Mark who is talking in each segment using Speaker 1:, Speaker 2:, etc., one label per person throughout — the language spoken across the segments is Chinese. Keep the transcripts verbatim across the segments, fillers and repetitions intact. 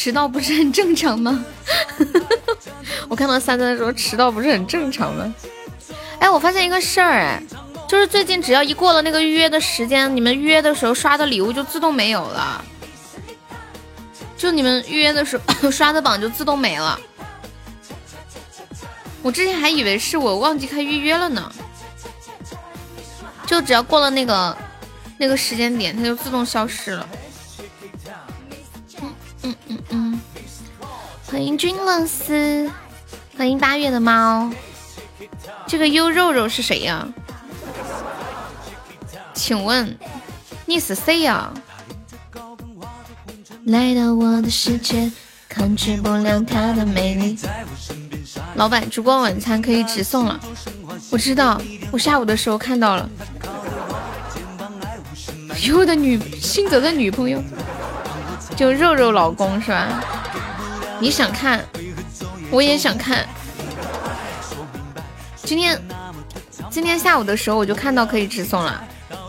Speaker 1: 迟到不是很正常吗？我看到三三说迟到不是很正常吗？哎，我发现一个事儿，哎，就是最近只要一过了那个预约的时间，你们预约的时候刷的礼物就自动没有了，就你们预约的时候刷的榜就自动没了。我之前还以为是我忘记开预约了呢，就只要过了那个那个时间点，它就自动消失了。嗯嗯嗯嗯，欢迎君乐思，欢迎八月的猫。这个优肉肉是谁呀？请问你是谁呀？来到我的世界，抗拒不了它的美丽。老板，烛光晚餐可以直送了。我知道，我下午的时候看到了。有我的女新泽的女朋友，就肉肉老公是吧？你想看，我也想看。今天今天下午的时候我就看到可以直送了。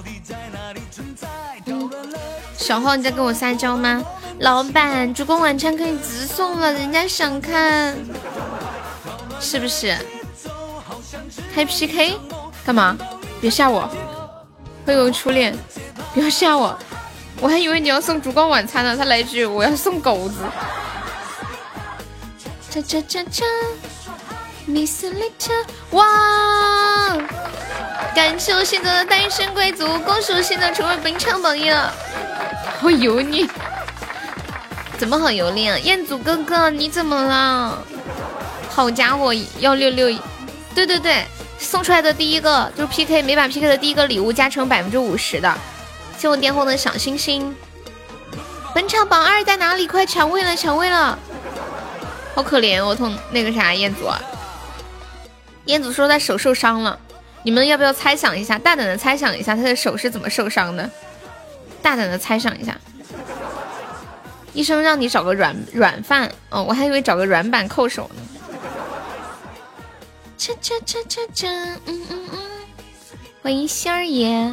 Speaker 1: 嗯、小号你在跟我撒娇吗？老板，烛光晚餐可以直送了，人家想看，是不是？开 P K 干嘛？别吓我，会有初恋，不要吓我，我还以为你要送烛光晚餐呢。他来一句我要送狗子。cha cha cha cha Miss Little， 哇！感谢我新泽的单身贵族，恭喜我新泽成为本场榜一了。好油腻，怎么好油腻啊？彦祖哥哥，你怎么了？好家伙，幺六六，对对对，送出来的第一个就是 P K 每把 P K 的第一个礼物加成百分之五十的。谢我巅峰的小星星。本场榜二在哪里？快抢位了，抢位了！好可怜，我同那个啥彦祖啊。彦祖说他手受伤了，你们要不要猜想一下，大胆的猜想一下他的手是怎么受伤的？大胆的猜想一下。医生让你找个软软饭，哦，我还以为找个软板扣手呢。cha cha cha cha cha， 嗯嗯嗯，欢迎仙儿爷。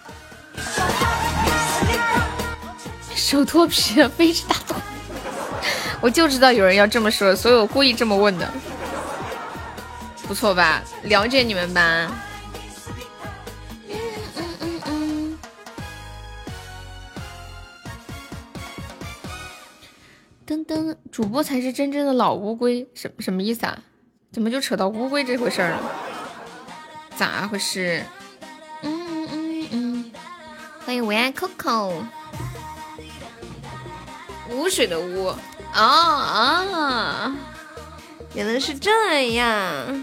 Speaker 1: 手脱皮了，飞驰大动。我就知道有人要这么说，所以我故意这么问的。不错吧？了解你们吧。嗯嗯嗯嗯。噔噔，主播才是真正的老乌龟，什什么意思啊？怎么就扯到乌龟这回事了？咋回事？嗯嗯嗯。欢迎唯爱 Coco。污水的污。啊啊！原来是这样。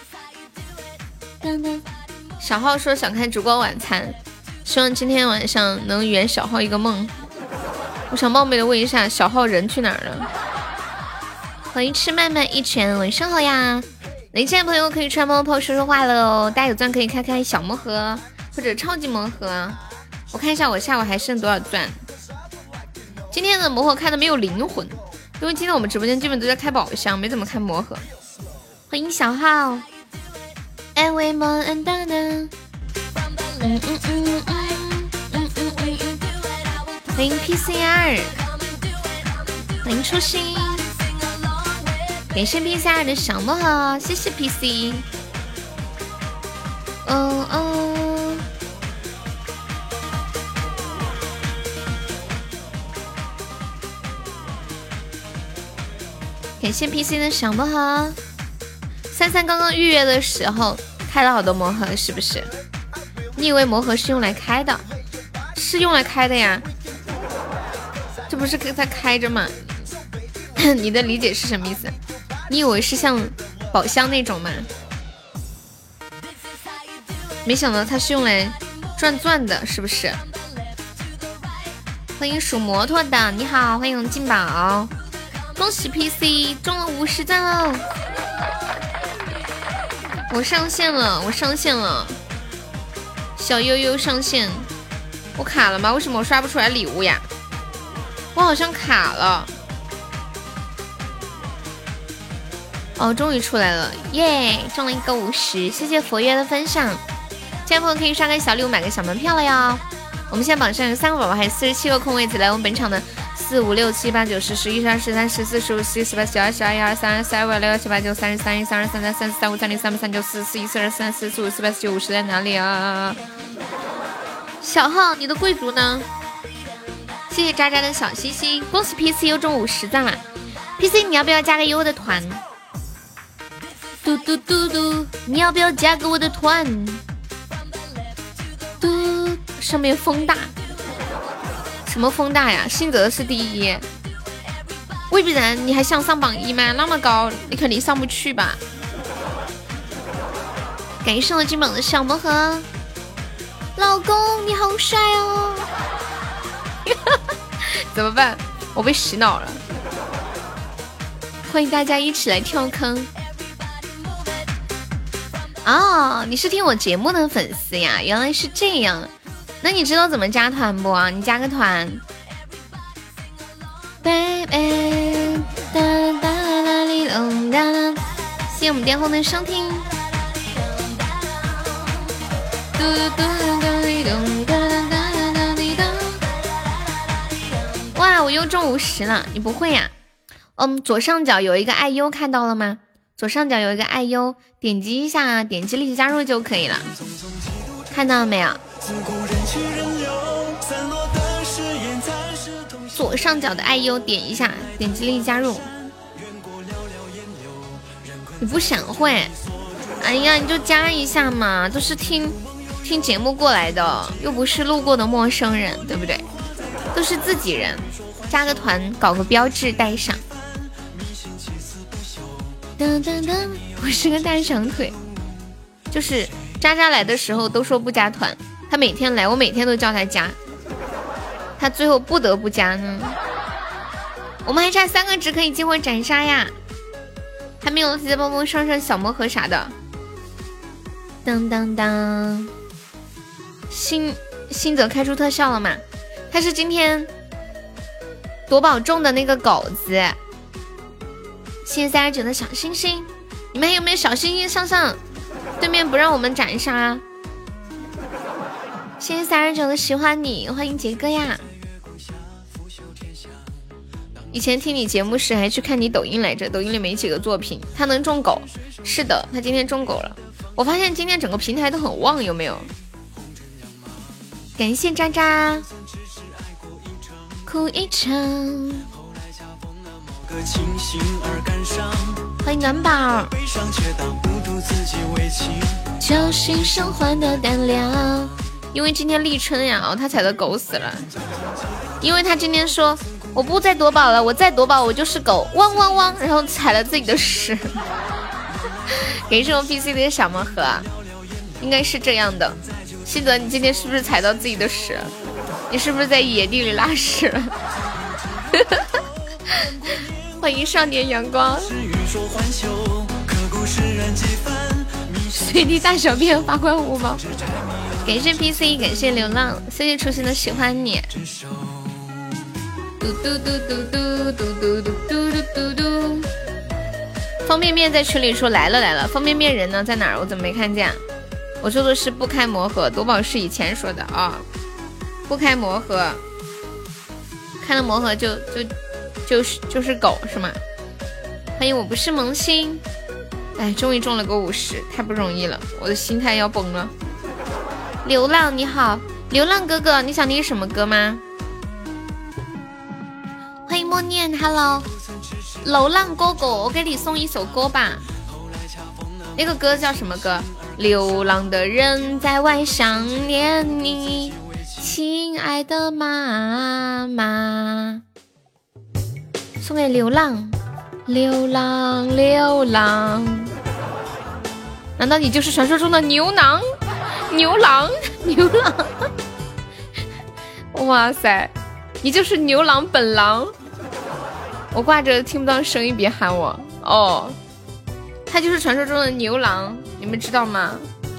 Speaker 1: 小号说想看烛光晚餐，希望今天晚上能圆小号一个梦。我想冒昧的问一下，小号人去哪儿了？欢迎吃麦麦一拳，晚上好呀！连线的朋友可以穿猫泡说说话了哦，大家有钻可以开开小魔盒或者超级魔盒。我看一下我下午还剩多少钻。今天的魔盒开的没有灵魂，因为今天我们直播间基本都在开宝箱，没怎么开魔盒。欢迎小号 Every more and down down， 嗯嗯嗯嗯嗯嗯嗯，欢迎 P C R， 欢迎初心，感谢 P C R 的小魔盒，谢谢 P C。哦哦，感谢 P C 的小魔盒。三三刚刚预约的时候开了好多魔盒，是不是？你以为魔盒是用来开的？是用来开的呀，这不是给它开着吗？你的理解是什么意思？你以为是像宝箱那种吗？没想到它是用来转钻的，是不是？欢迎属摩托的，你好，欢迎进宝，恭喜 P C 中了五十赞喽！我上线了，我上线了，小悠悠上线。我卡了吗？为什么我刷不出来礼物呀？我好像卡了。哦，终于出来了，耶！中了一个五十，谢谢佛爷的分享。这位朋友可以刷个小礼物，买个小门票了哟。我们现在榜上有三个宝宝，还有四十七个空位子，来我们本场的四五六七八九十十一十二十三十四十五十六十八十九二十二一二三二四二五二六二七八九三十三一三二三三三四三五三六三八三九四四一四二三四四五四八四九五十在哪里啊？小号，你的贵族呢？谢谢渣渣的小心心，恭喜 P C 又中五十赞了。P C 你要不要加个优的团？嘟嘟嘟嘟，你要不要加个我的团？嘟，上面风大，什么风大呀？信泽是第一，未必然你还想上榜一吗？那么高，你肯定上不去吧？感谢我金榜的小魔盒，老公你好帅哦！怎么办？我被洗脑了。欢迎大家一起来跳坑。哦，你是听我节目的粉丝呀？原来是这样。那你知道怎么加团不啊？你加个团。baby， 哒哒啦哩咚哒啦，谢谢我们巅峰的收听。嘟嘟嘟哩咚哒哒哒哒哩咚。哇，我又中五十了，你不会呀？嗯，左上角有一个爱优，看到了吗？左上角有一个爱优，点击一下，点击立即加入就可以了。看到了没有？左上角的爱优点一下，点击立即加入。你不闪会？哎呀，你就加一下嘛，都是听听节目过来的，又不是路过的陌生人，对不对？都是自己人，加个团，搞个标志带上。噔噔噔，我是个大长腿，就是渣渣来的时候都说不加团，他每天来，我每天都叫他加，他最后不得不加呢。我们还差三个值可以激活斩杀呀，还没有直接帮忙上上小魔盒啥的。当当当，新新泽开出特效了嘛？他是今天夺宝中的那个狗子。谢谢三十九的小星星，你们还有没有小星星上上？对面不让我们斩杀。谢谢三十九的喜欢你，欢迎杰哥呀。以前听你节目时还去看你抖音来着，抖音里没几个作品。他能中狗，是的，他今天中狗了。我发现今天整个平台都很旺，有没有？感谢渣渣，哭一场。欢迎暖宝，侥幸生还的胆量。因为今天立春呀，哦，他踩的狗死了。因为他今天说我不再夺宝了，我再夺宝我就是狗，汪汪汪，然后踩了自己的屎。给这种 P C 的小魔盒，应该是这样的。西泽，你今天是不是踩到自己的屎？你是不是在野地里拉屎了？欢迎少年阳光，随地大小便发光五毛。感谢 P C， 感谢流浪，谢谢初心的喜欢你。嘟嘟嘟嘟嘟嘟嘟嘟嘟嘟嘟。方便面在群里说来了来了，方便面人呢在哪儿？我怎么没看见？我说的是不开魔盒，夺宝是以前说的啊、哦，不开魔盒，开了魔盒就就就是就是狗是吗？欢迎我不是萌新，哎，终于中了个五十，太不容易了，我的心态要崩了。流浪你好，流浪哥哥，你想听什么歌吗？欢迎默念 ，Hello， 流浪哥哥，我给你送一首歌吧。那个歌叫什么歌？流浪的人在外想念你，亲爱的妈妈。送给流浪，流浪，流浪。难道你就是传说中的牛郎？牛郎，牛郎。哇塞，你就是牛郎本郎。我挂着听不到声音，别喊我哦。他就是传说中的牛郎，你们知道吗？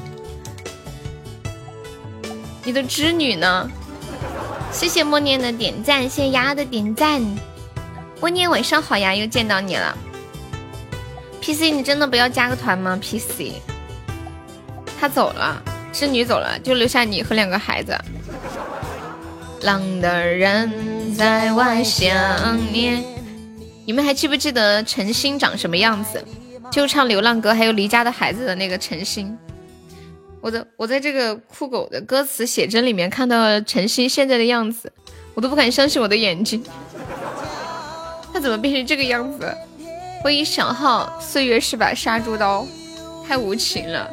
Speaker 1: 你的织女呢？谢谢默念的点赞，谢谢丫丫的点赞。默念晚上好呀，又见到你了。P C， 你真的不要加个团吗 ？P C， 他走了，织女走了，就留下你和两个孩子。 浪的人在外想念。你们还记不记得陈星长什么样子？就唱《流浪歌》还有《离家的孩子》的那个陈星。我的我在这个酷狗的歌词写真里面看到了陈星现在的样子，我都不敢相信我的眼睛。他怎么变成这个样子？我以小号岁月是把杀猪刀，太无情了，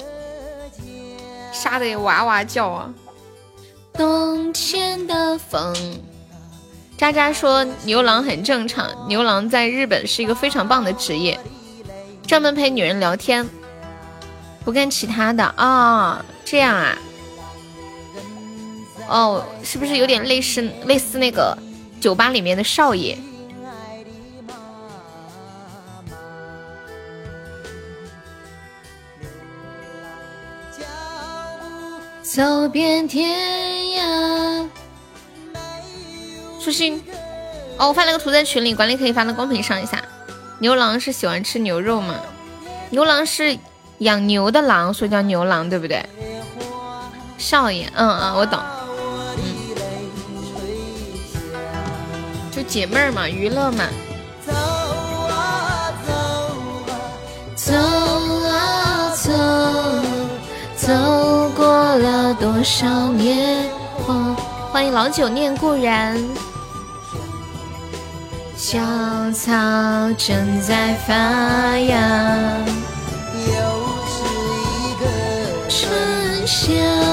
Speaker 1: 杀得哇哇叫啊！冬天的风。渣渣说牛郎很正常，牛郎在日本是一个非常棒的职业，专门陪女人聊天，不干其他的啊、哦。这样啊？哦，是不是有点类似类似那个酒吧里面的少爷？走遍天涯。舒心哦，我发了个图在群里，管理可以发到公屏上一下。牛郎是喜欢吃牛肉吗？牛郎是养牛的狼，所以叫牛郎，对不对？少爷，嗯嗯，我懂。嗯，就解闷儿嘛，娱乐嘛。走啊走啊走，走过了多少年华。欢迎老酒念故人。小草正在发芽，又是一个春夏。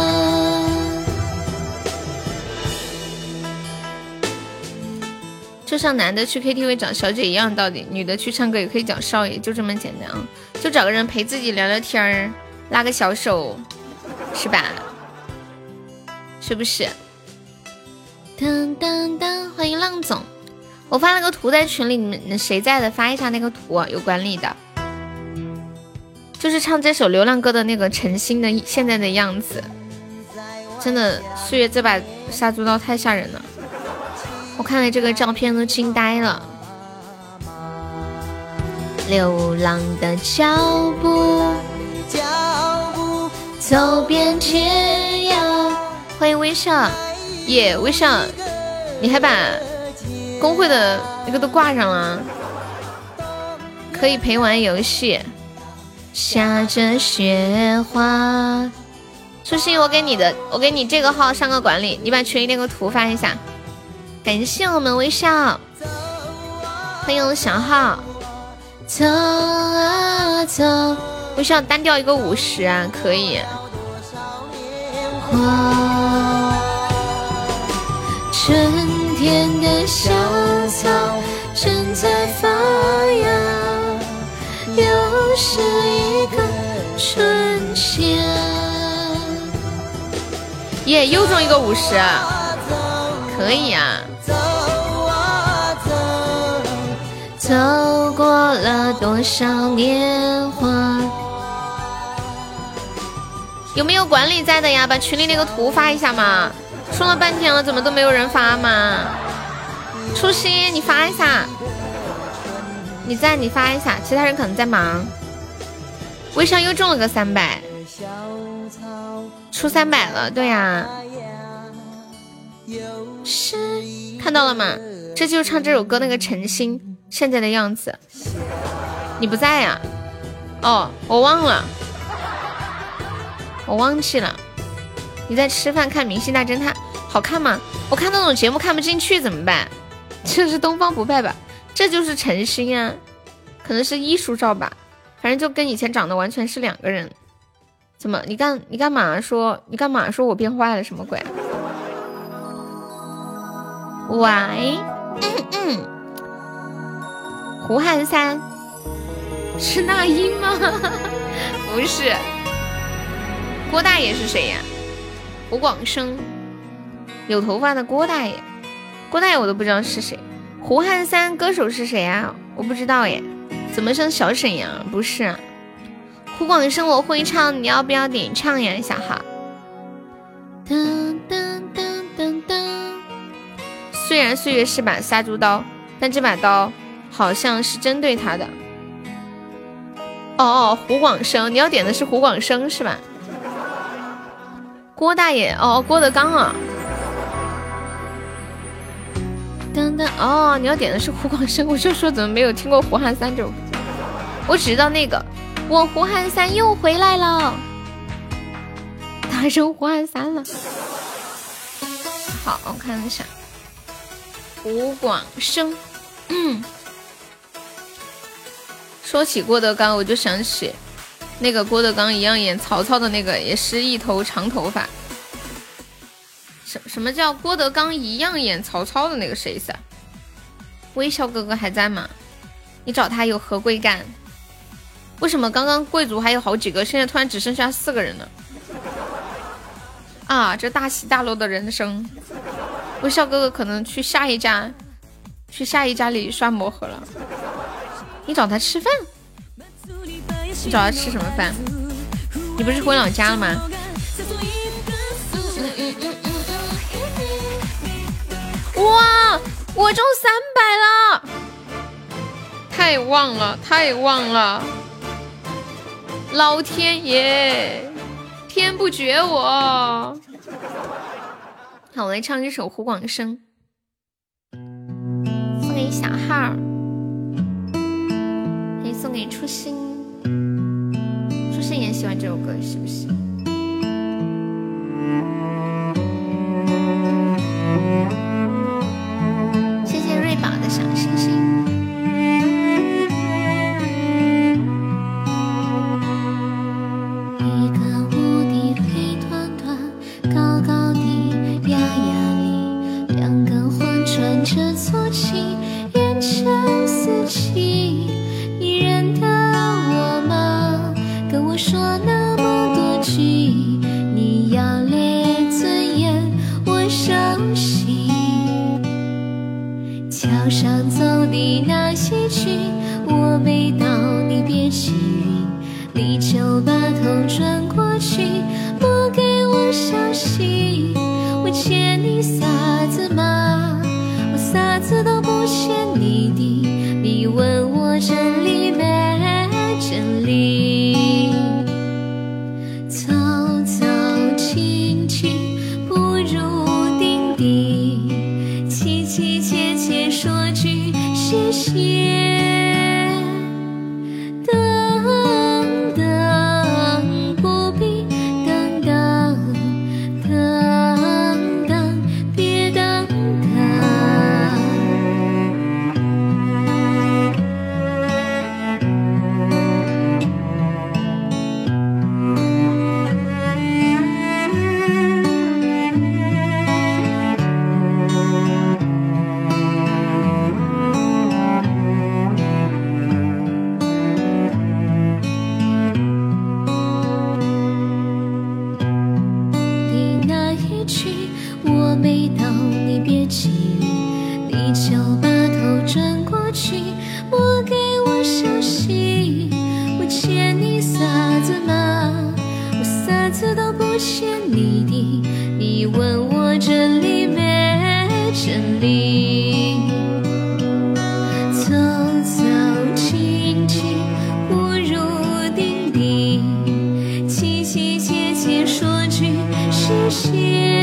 Speaker 1: 就像男的去 K T V 找小姐一样道理，女的去唱歌也可以找少爷，就这么简单啊！就找个人陪自己聊聊天儿，拉个小手，是吧？是不是？当当当，欢迎浪总。我发了个图在群里，你们谁在的发一下那个图、啊、有管理的，就是唱这首流浪歌的那个陈星的现在的样子。真的，岁月这把杀猪刀太吓人了，我看了这个照片都惊呆了。流浪的脚步，走遍天涯。欢迎微笑耶，微笑，你还把公会的那个都挂上了，可以陪玩游戏。下着雪花，舒心，我给你的，我给你这个号上个管理，你把群里那个图发一下。感谢我们微笑，欢迎小号。走啊走，微笑单调一个五十啊，可以。春天的小草正在发芽，又是一个春夏。耶、yeah, 又中一个五十，可以啊。走过了多少年华？有没有管理在的呀？把群里那个图发一下嘛。说了半天了，怎么都没有人发嘛？初心，你发一下。你在，你发一下，其他人可能在忙。微商又中了个三百，出三百了，对呀、啊。是看到了吗？这就是唱这首歌那个陈星现在的样子。你不在呀、啊？哦，我忘了，我忘记了。你在吃饭看《明星大侦探》好看吗？我看那种节目看不进去怎么办？这是东方不败吧？这就是陈星啊，可能是艺术照吧，反正就跟以前长得完全是两个人。怎么？你干你干嘛说你干嘛说我变坏了？什么鬼？喂，嗯嗯，胡汉三是那英吗？不是，郭大爷是谁呀？胡广生，有头发的郭大爷，郭大爷我都不知道是谁。胡汉三歌手是谁啊？我不知道耶。怎么像小沈阳？不是、啊，胡广生我会唱，你要不要点唱呀，小哈？噔噔噔噔噔。虽然岁月是把杀猪刀，但这把刀好像是针对他的。哦哦，胡广生，你要点的是胡广生是吧？郭大爷，哦，郭德纲啊， 当当哦，你要点的是胡广生，我就说怎么没有听过胡汉三这首歌，我只知道那个我胡汉三又回来了，打成胡汉三了。好，我看一下胡广生。嗯，说起郭德纲，我就想起那个郭德纲一样演曹操的那个，也是一头长头发。什什么叫郭德纲一样演曹操的那个谁噻？微笑哥哥还在吗？你找他有何贵干？为什么刚刚贵族还有好几个，现在突然只剩下四个人了？啊，这大起大落的人生，微笑哥哥可能去下一家，去下一家里刷魔盒了。你找他吃饭？你找他吃什么饭？你不是回老家了吗？哇，我中三百了！太旺了，太旺了！老天爷，天不绝我！好，我来唱一首胡广生，送给小号，可以送给初心。初心也喜欢这首歌，是不是？谢谢瑞宝的小星星。这足迹沿着四季，你认得我吗？跟我说那么多句，你要咧尊严，我伤心。桥上走的那些句，我没到你别起晕，你就把头转过去，莫给我消息。我欠你啥子吗？啥子都不欠你的，你问我真理没真理？走走停停不如定定，凄凄切切说句谢谢。等等不必等等等等别等等。我没到你别起晕，你就把头转过去，莫给我消息。我欠你啥子吗？我啥子都不欠你的，你问我真理没真理？走走停停不如定定，凄凄切切说句谢谢。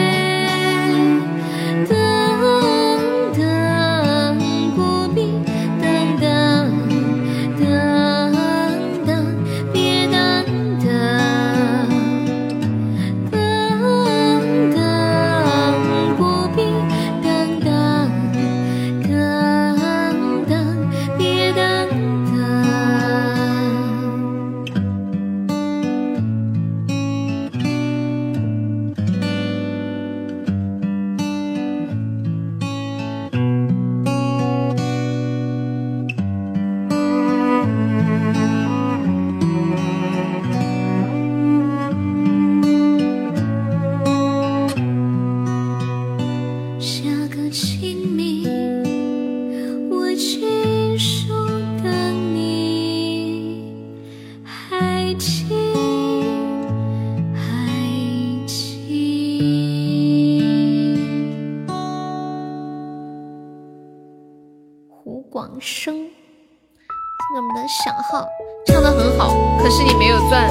Speaker 1: 生，这是我们的小号，唱得很好，可是你没有钻，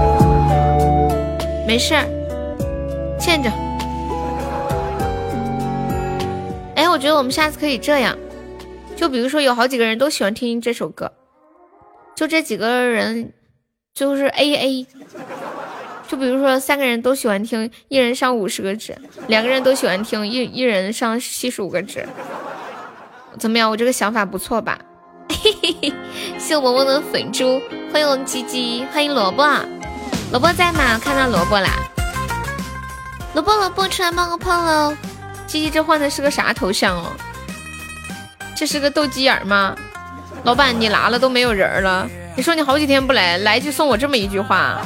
Speaker 1: 没事儿，欠着。哎，我觉觉得我们下次可以这样，就比如说有好几个人都喜欢听这首歌，就这几个人就是 A A， 就比如说三个人都喜欢听，一人上五十个值，两个人都喜欢听，一一人上七十五个值，怎么样？我这个想法不错吧？嘿嘿嘿，谢谢我们的粉猪，欢迎我们吉吉，欢迎萝卜，萝卜在吗？看到萝卜啦，萝卜萝卜出来冒个泡喽！吉吉这换的是个啥头像哦？这是个斗鸡眼吗？老板你拿了都没有人了，你说你好几天不来，来就送我这么一句话，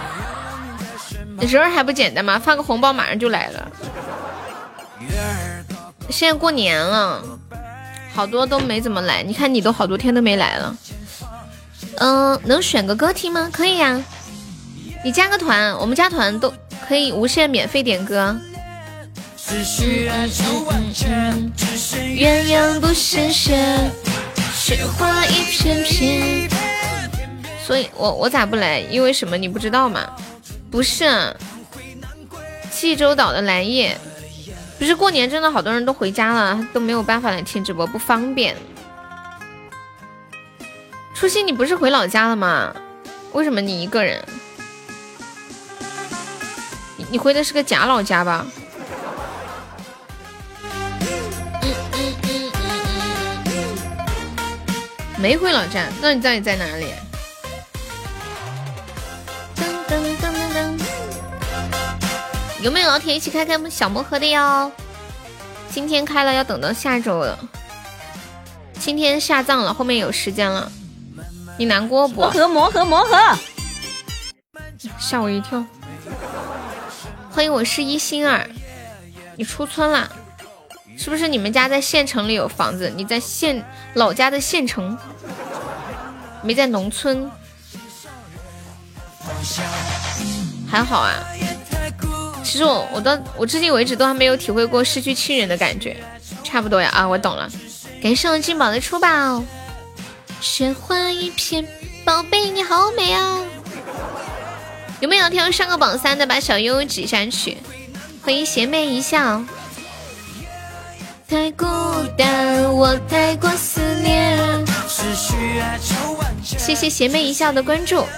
Speaker 1: 人还不简单吗？发个红包马上就来了。现在过年了，好多都没怎么来，你看你都好多天都没来了。嗯、呃，能选个歌听吗？可以呀、啊，你加个团，我们加团都可以无限免费点歌。只需要九万圈，鸳鸯不神仙，雪花一片片。所以我我咋不来？因为什么你不知道吗？不是、啊，济州岛的蓝叶，不是过年真的好多人都回家了，都没有办法来听直播，不方便。初心你不是回老家了吗？为什么你一个人？你你回的是个假老家吧？没回老家，那你到底在哪里？噔噔噔噔噔，有没有老铁一起开开小魔盒的哟？今天开了，要等到下周了。今天下葬了，后面有时间了。你难过不？
Speaker 2: 魔盒魔盒魔盒，
Speaker 1: 吓我一跳。欢迎我是一心儿，你出村了。是不是你们家在县城里有房子？你在县老家的县城，没在农村。还好啊。其实我我到我至今为止都还没有体会过失去亲人的感觉。差不多呀啊，我懂了。感谢我金宝的出宝。雪花一片，宝贝你好美啊！有没有挑上个榜三的把小悠悠挤下去？欢迎邪魅一笑。太孤单，我太过思念。谢谢邪魅一笑的关注。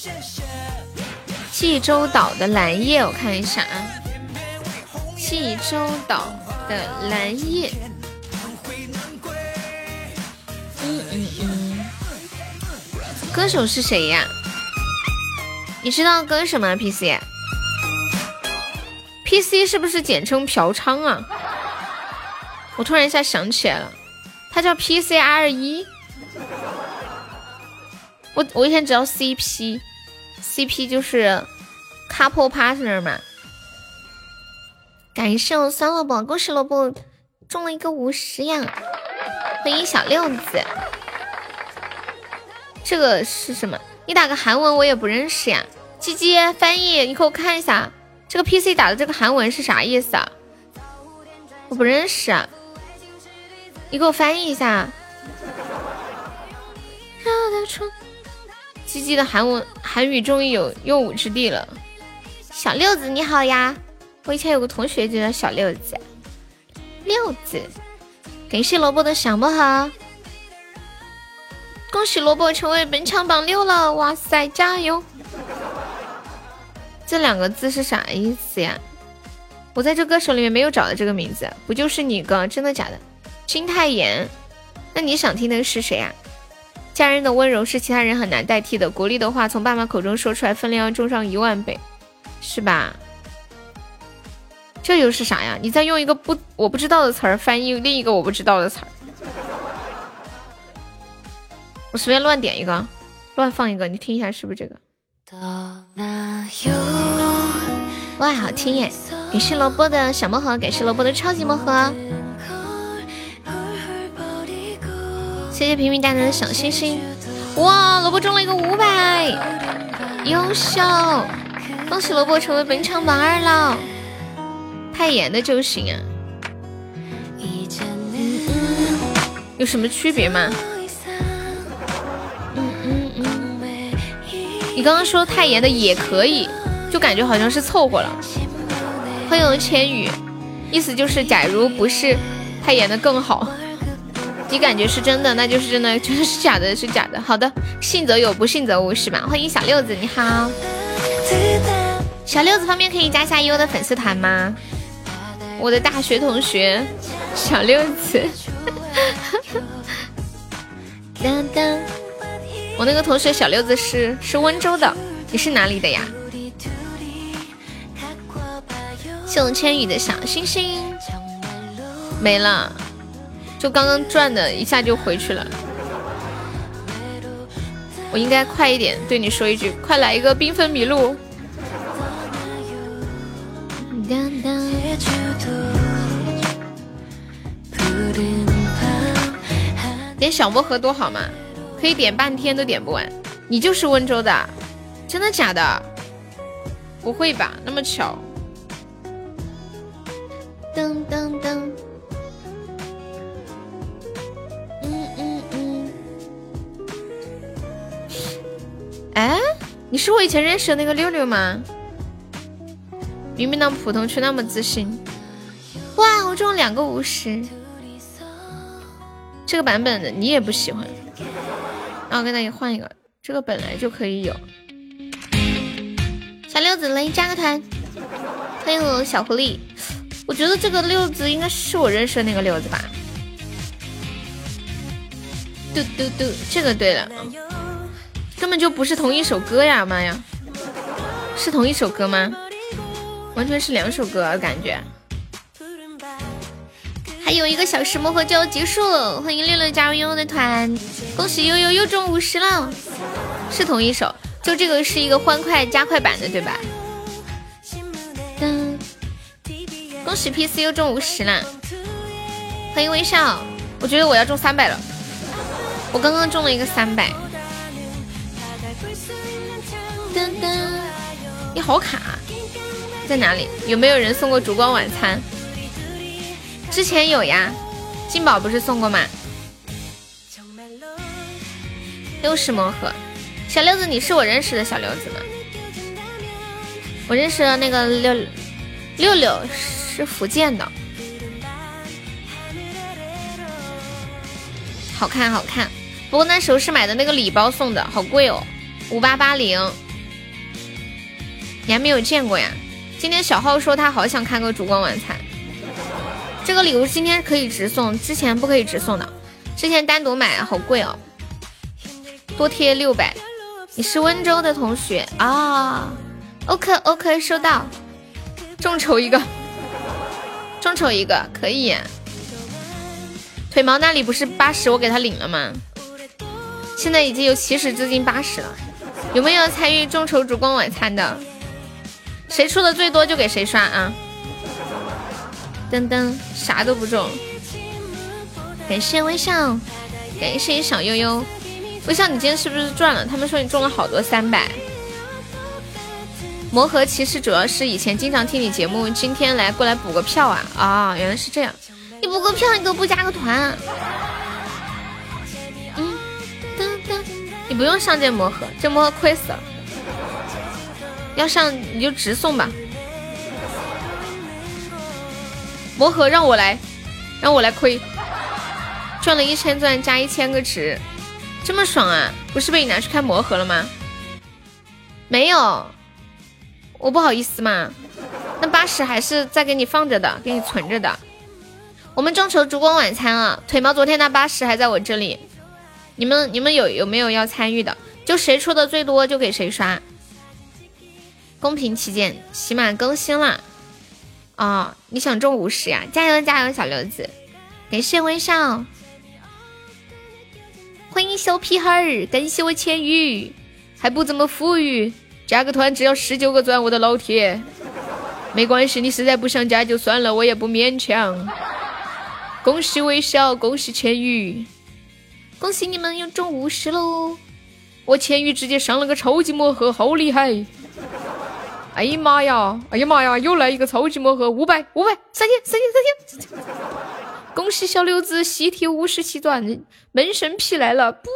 Speaker 1: 济州岛的蓝叶，我看一下啊。济州岛的蓝叶，嗯嗯嗯。歌手是谁呀？你知道歌什么 ？P C？P C 是不是简称嫖娼啊？我突然一下想起来了，他叫 P C R 一。我我以前只要 C P，C P 就是 couple partner 嘛。感谢我酸萝卜，恭喜萝卜中了一个五十呀！欢迎小六子。这个是什么？你打个韩文我也不认识呀。鸡鸡翻译，你给我看一下，这个 P C 打的这个韩文是啥意思啊？我不认识啊。你给我翻译一下。鸡鸡的韩文韩语终于有用武之地了。小六子你好呀，我以前有个同学就叫小六子。六子，感谢萝卜的小魔盒，恭喜萝卜成为本场榜六了，哇塞，加油！这两个字是啥意思呀？我在这歌手里面没有找到这个名字，不就是你个？真的假的？金泰妍，那你想听的是谁啊？家人的温柔是其他人很难代替的，鼓励的话从爸妈口中说出来，分量要重上一万倍，是吧？这又是啥呀？你在用一个不我不知道的词儿翻译另一个我不知道的词儿。我随便乱点一个，乱放一个，你听一下是不是这个？哇，好听耶！感谢萝卜的小魔盒，感谢萝卜的超级魔盒。谢谢平平淡淡的小星星，哇，萝卜中了一个五百，优秀！恭喜萝卜成为本场榜二了，太严的就行啊。有什么区别吗？嗯嗯嗯。你刚刚说太严的也可以，就感觉好像是凑合了。欢迎千羽，意思就是假如不是他演的更好。你感觉是真的，那就是真的；觉得是假的，是假的。好的，信则有，不信则无，是吧？欢迎小六子，你好。小六子方面可以加下优的粉丝团吗？我的大学同学小六子。我那个同学小六子是是温州的，你是哪里的呀？宋千羽的小星星没了，就刚刚转的一下就回去了。我应该快一点对你说一句，快来一个缤纷麋鹿。点小魔盒多好嘛，可以点半天都点不完。你就是温州的？真的假的？不会吧，那么巧。噔噔噔，嗯嗯嗯。哎，你是我以前认识的那个六六吗？明明那么普通，却那么自信。哇，我中了两个五十。这个版本的你也不喜欢，那我跟大家换一个，这个本来就可以有。小六子来加个团，欢迎我小狐狸。我觉得这个六子应该是我认识的那个六子吧。嘟嘟嘟，这个对了，根本就不是同一首歌呀！妈呀，是同一首歌吗？完全是两首歌啊，感觉。还有一个小时魔盒就要结束了，欢迎六六加入悠悠的团，恭喜悠悠又中五十了，是同一首，就这个是一个欢快加快版的，对吧？嗯，恭喜 P C 又中五十了，欢迎微笑，我觉得我要中三百了，我刚刚中了一个三百。噔噔，你好卡，在哪里？有没有人送过烛光晚餐？之前有呀，金宝不是送过吗？又是魔盒，小六子，你是我认识的小六子吗？我认识的那个六六六是福建的，好看好看。不过那时候是买的那个礼包送的，好贵哦，五八八零。你还没有见过呀？今天小浩说他好想看个烛光晚餐。这个礼物今天可以直送，之前不可以直送的，之前单独买好贵哦，多贴六百。你是温州的同学啊 ？OK OK， 收到，众筹一个，众筹一个可以。腿毛那里不是八十，我给他领了吗？现在已经有起始资金八十了，有没有参与众筹烛光晚餐的？谁出的最多就给谁刷啊！噔噔，啥都不中。感谢微笑，感谢小悠悠。微笑，你今天是不是赚了？他们说你中了好多三百。魔盒其实主要是以前经常听你节目，今天来过来补个票啊啊！原来是这样，你补个票你都不加个团、啊。嗯，噔噔，你不用上这魔盒，这魔盒亏死了。要上你就直送吧。魔盒让我来，让我来亏，赚了一千钻加一千个值，这么爽啊！不是被你拿去开魔盒了吗？没有，我不好意思嘛。那八十还是在给你放着的，给你存着的。我们众筹烛光晚餐啊，腿毛昨天那八十还在我这里，你们你们有有没有要参与的？就谁出的最多就给谁刷，公平起见，起码更新了。哦，你想中五十呀？加油加油，小刘子！感谢微笑，欢迎小屁孩儿，感谢我千羽，还不怎么富裕，加个团只要十九个钻，我的老铁！没关系，你实在不想加就算了，我也不勉强。恭喜微笑，恭喜千羽，恭喜你们又中五十喽！我千羽直接上了个超级魔盒，好厉害！哎呀妈呀！哎呀妈呀！又来一个超级魔盒，五百五百三千三千三千！恭喜小刘子喜提五十七钻，门神皮来了！不，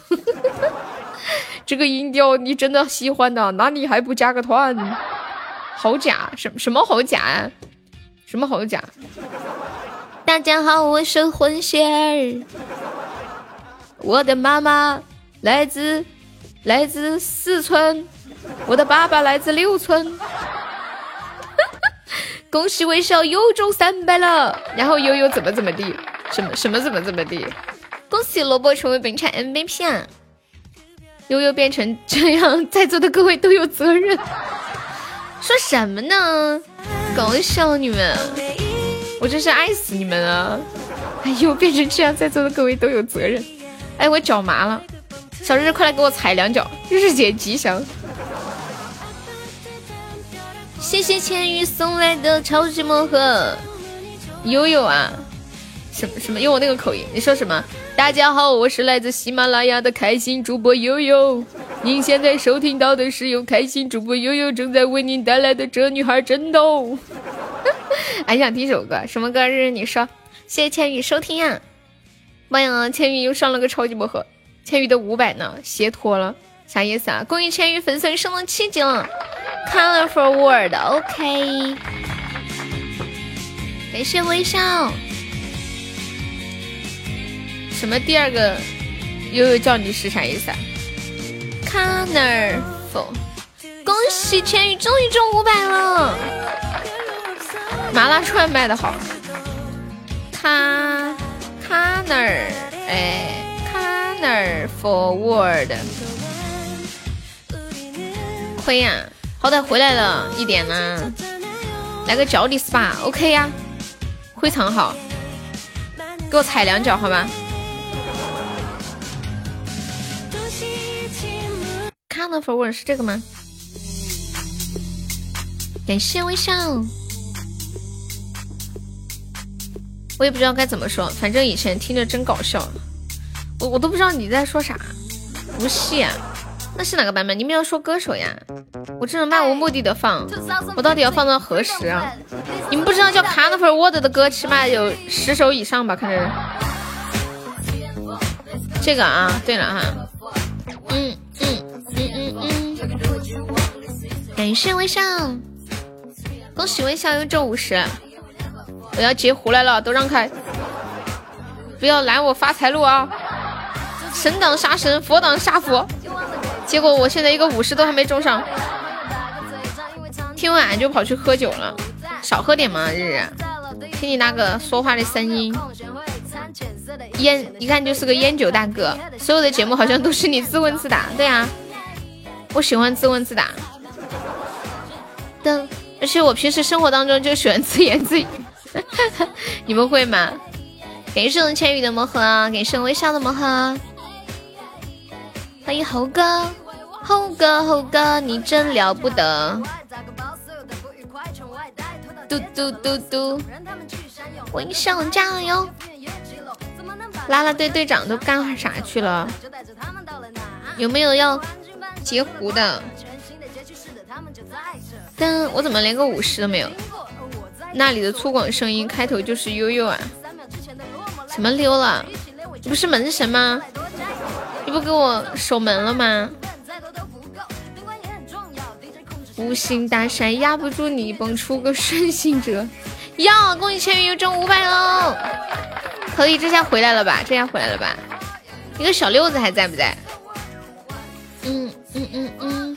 Speaker 1: 这个音调你真的喜欢的，那你还不加个团？好假！什什么好假啊？什么好假？ 大家好，我是混血儿，我的妈妈来自来自四川，我的爸爸来自六村。恭喜微笑又中三百了，然后悠悠怎么怎么地，什么什么怎么怎么地，恭喜萝卜成为本场 M V P 啊！悠悠变成这样，在座的各位都有责任。说什么呢？搞笑你们，我真是爱死你们了！哎呦，变成这样，在座的各位都有责任。哎，我脚麻了，小日快来给我踩两脚，日姐吉祥。谢谢千羽送来的超级魔盒。悠悠啊，什么什么用我那个口音？你说什么？大家好，我是来自喜马拉雅的开心主播悠悠。您现在收听到的是由开心主播悠悠正在为您带来的这女孩真逗。还想听首歌，什么歌？日日你说。谢谢千羽收听啊！妈呀，千羽又上了个超级魔盒，千羽的五百呢，斜脱了，啥意思啊？恭喜千羽粉丝升了七级了。Colorful World OK， 感谢微笑。什么第二个悠悠叫你是啥意思啊 ？Colorful， 恭喜千羽终于中五百了。麻辣串卖的好。卡 Color 哎 Colorful World， 亏呀、啊。好歹回来了一点呢，来个脚底 S P A OK 呀、啊，非常好，给我踩两脚好吧。Colorful World 是这个吗？感谢微笑，我也不知道该怎么说，反正以前听着真搞笑，我我都不知道你在说啥，不是啊。那是哪个版本？你们要说歌手呀？我这种漫无目的的放，我到底要放到何时啊？你们不知道叫 Carnival World 的歌起码有十首以上吧？看着这个啊，对了哈，嗯嗯嗯嗯嗯，感谢微笑，恭喜微笑又中五十，我要截胡来了，都让开，不要拦我发财路啊！神挡杀神，佛挡杀佛。结果我现在一个五十都还没中上，听完就跑去喝酒了，少喝点嘛，日日。听你那个说话的声音，烟一看就是个烟酒大哥。所有的节目好像都是你自问自答，对啊，我喜欢自问自答的，而且我平时生活当中就喜欢自言自语。你们会吗？感谢千羽的魔盒，感谢微笑的魔盒。欢迎猴哥，猴哥猴哥你真了不得，嘟嘟嘟嘟，微笑加油！啦啦队队长都干啥去了？有没有要截胡的？但我怎么连个五十都没有？那里的粗犷声音开头就是悠悠啊？什么溜了？你不是门神吗？你不给我守门了吗？无形大山压不住你，蹦出个顺心者。呀，恭喜千羽又中五百喽！可以，这下回来了吧？这下回来了吧？一个小六子还在不在？嗯嗯嗯嗯。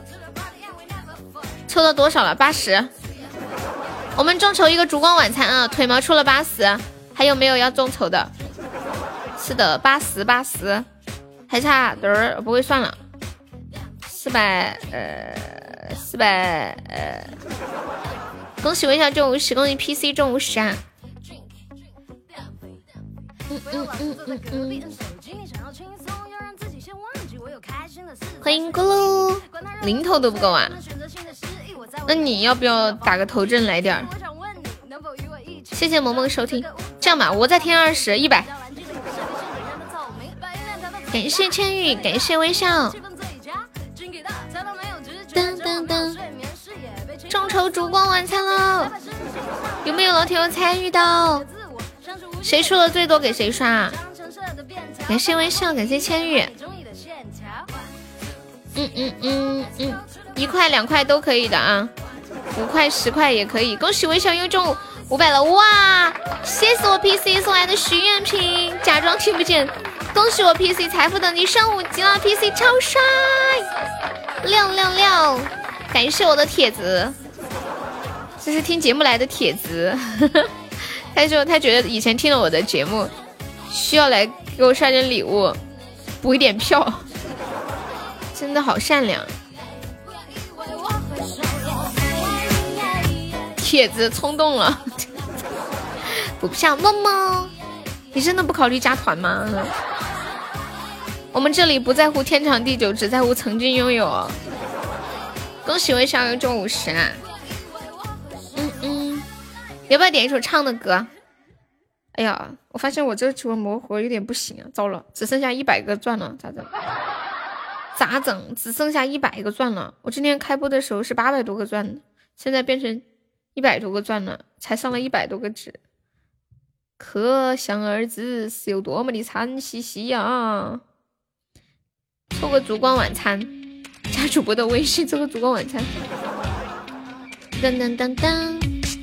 Speaker 1: 抽到多少了？八十。我们众筹一个烛光晚餐啊！腿毛出了八十，还有没有要众筹的？是的，八十八十。还差多儿，不会算了，四百呃，四百呃，恭喜微笑中五十，恭喜 P C 中五十啊！嗯嗯嗯嗯嗯，欢迎咕噜，零头都不够啊！那你要不要打个头阵来点儿？谢谢萌萌收听，这样吧，我再添二十，一百。感谢千羽，感谢微笑。噔噔噔，众筹烛光晚餐了，有没有老铁友参与到？谁出的最多给谁刷。感谢微笑，感谢千羽。嗯嗯嗯嗯，一块两块都可以的啊，五块十块也可以。恭喜微笑又中五百了哇！谢谢我 P C 送来的许愿瓶，假装听不见。恭喜我 P C 财富等级升五级了 ，P C 超帅，亮亮亮！感谢我的帖子，这是听节目来的帖子。他说他觉得以前听了我的节目，需要来给我刷点礼物，补一点票，真的好善良。帖子冲动了，补票么么。你真的不考虑加团吗？我们这里不在乎天长地久，只在乎曾经拥有。恭喜微笑又中五十啦！嗯嗯，要不要点一首唱的歌？哎呀，我发现我这个直播魔盒有点不行啊，糟了，只剩下一百个钻了，咋整？咋整？只剩下一百个钻了。我今天开播的时候是八百多个钻，现在变成一百多个钻了，才上了一百多个值。可想而知是有多么的惨兮兮呀！凑个烛光晚餐，加主播的微信凑个烛光晚餐。噔噔噔噔，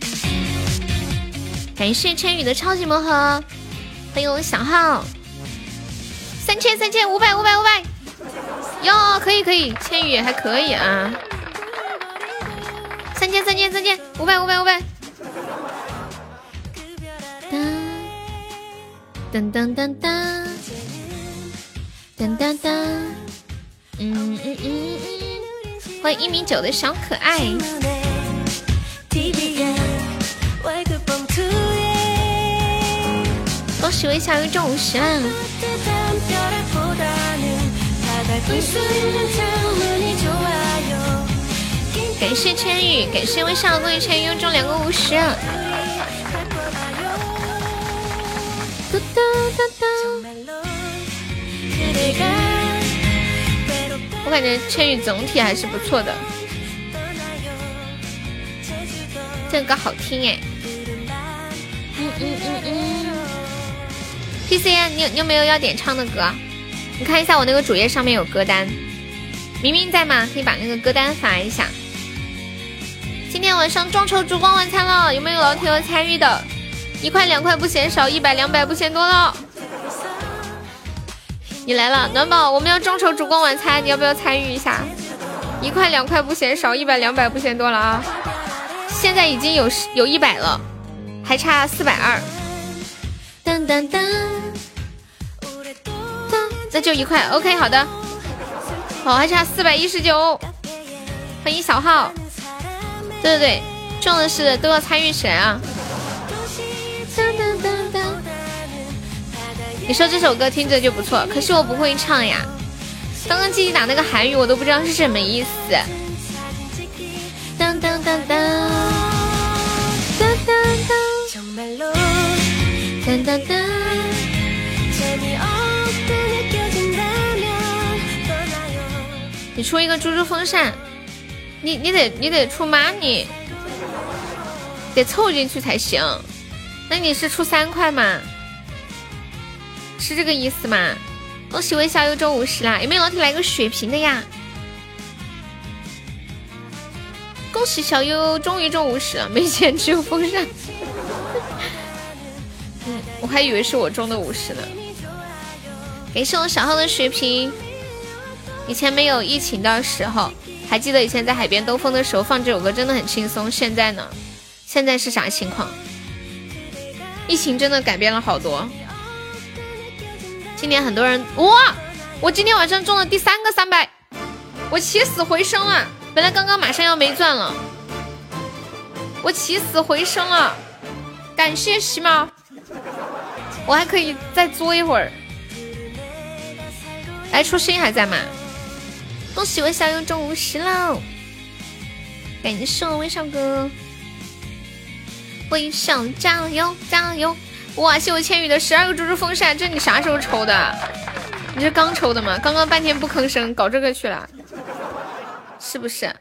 Speaker 1: 感谢千羽的超级魔盒，欢迎我小号，三千三千五百五百五百，哟，可以可以，千羽还可以啊，三千三千三千五百五百五百。噔噔噔噔噔噔噔，嗯嗯嗯嗯，欢迎一米九的小可爱。恭喜微笑又中五十啦！感谢千羽，感谢微笑，恭喜千羽又中两个五十。我感觉千羽总体还是不错的，这个歌好听哎。嗯嗯嗯嗯 ，P C 啊，你有你有没有要点唱的歌？你看一下我那个主页上面有歌单，明明在吗？可以把那个歌单发一下。今天晚上众筹烛光晚餐了，有没有老铁要参与的？一块两块不嫌少，一百两百不嫌多了。你来了，暖宝，我们要众筹烛光晚餐，你要不要参与一下？一块两块不嫌少，一百两百不嫌多了啊！现在已经有有一百了，还差四百二。噔噔噔，那就一块 ，OK， 好的。好，还差四百一十九。欢迎小号。对对对，重的是都要参与谁啊？你说这首歌听着就不错，可是我不会唱呀。刚刚记忆打那个韩语我都不知道是什么意思。当当当当当当当当当。你出一个猪猪风扇，你你得你得出 money， 得凑进去才行。那你是出三块吗？是这个意思吗？恭喜微笑又中五十啦！有没有老铁来个血瓶的呀？恭喜小优终于中五十了，没钱只有风扇。嗯，我还以为是我中的五十呢。感谢我小号的血瓶。以前没有疫情的时候，还记得以前在海边兜风的时候放这首歌真的很轻松。现在呢？现在是啥情况？疫情真的改变了好多。今年很多人哇，我今天晚上中了第三个三百，我起死回生了。本来刚刚马上要没钻了，我起死回生了，感谢喜马，我还可以再作一会儿。哎，初心还在吗？恭喜微笑又中五十喽！感谢我微笑哥，微笑加油加油！哇，谢我千羽的十二个猪猪风扇，这你啥时候抽的？你是刚抽的吗？刚刚半天不吭声，搞这个去了，是不是？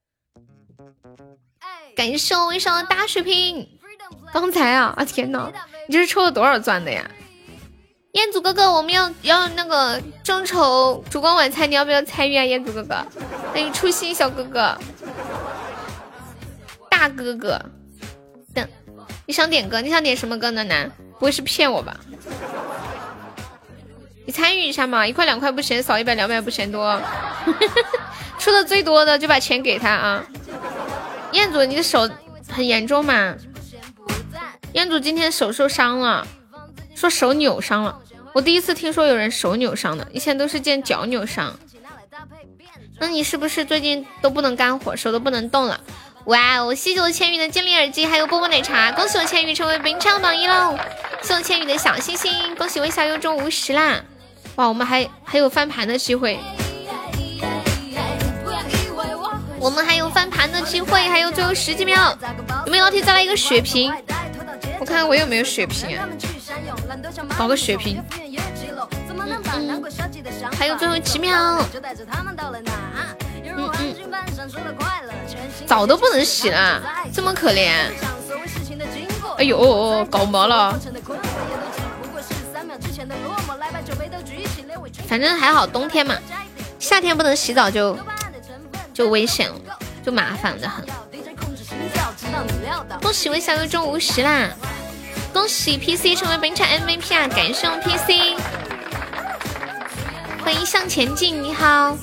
Speaker 1: 感谢我微笑的大水瓶。刚才啊啊天哪，你这是抽了多少钻的呀？彦祖哥哥，我们要要那个众筹烛光晚餐，你要不要参与啊？彦祖哥哥，欢迎初心小哥哥，大哥哥，等你想点歌？你想点什么歌呢？男，不会是骗我吧？你参与一下嘛，一块两块不嫌少，一百两百不嫌多。出的最多的就把钱给他啊！彦祖，你的手很严重嘛？彦祖今天手受伤了，说手扭伤了。我第一次听说有人手扭伤的，以前都是见脚扭伤。那你是不是最近都不能干活，手都不能动了？哇哦！谢谢我千羽的精灵耳机，还有波波奶茶，恭喜我千羽成为本场榜一喽！谢谢我千羽的小星星，恭喜我小优中五十啦！哇，我们还还有翻盘的机会，我们还有翻盘的机会，还有最后十几秒，有没有老铁再来一个血瓶？我看看我有没有血瓶啊，搞个血瓶。嗯嗯，还有最后几秒。嗯嗯，澡都不能洗了，这么可怜。哎呦，搞毛了。反正还好，冬天嘛，夏天不能洗澡就就危险了，就麻烦的很。恭喜我小优中五十啦！恭喜 P C 成为本场 M V P 啊！感谢我 P C， 欢迎向前进，你好。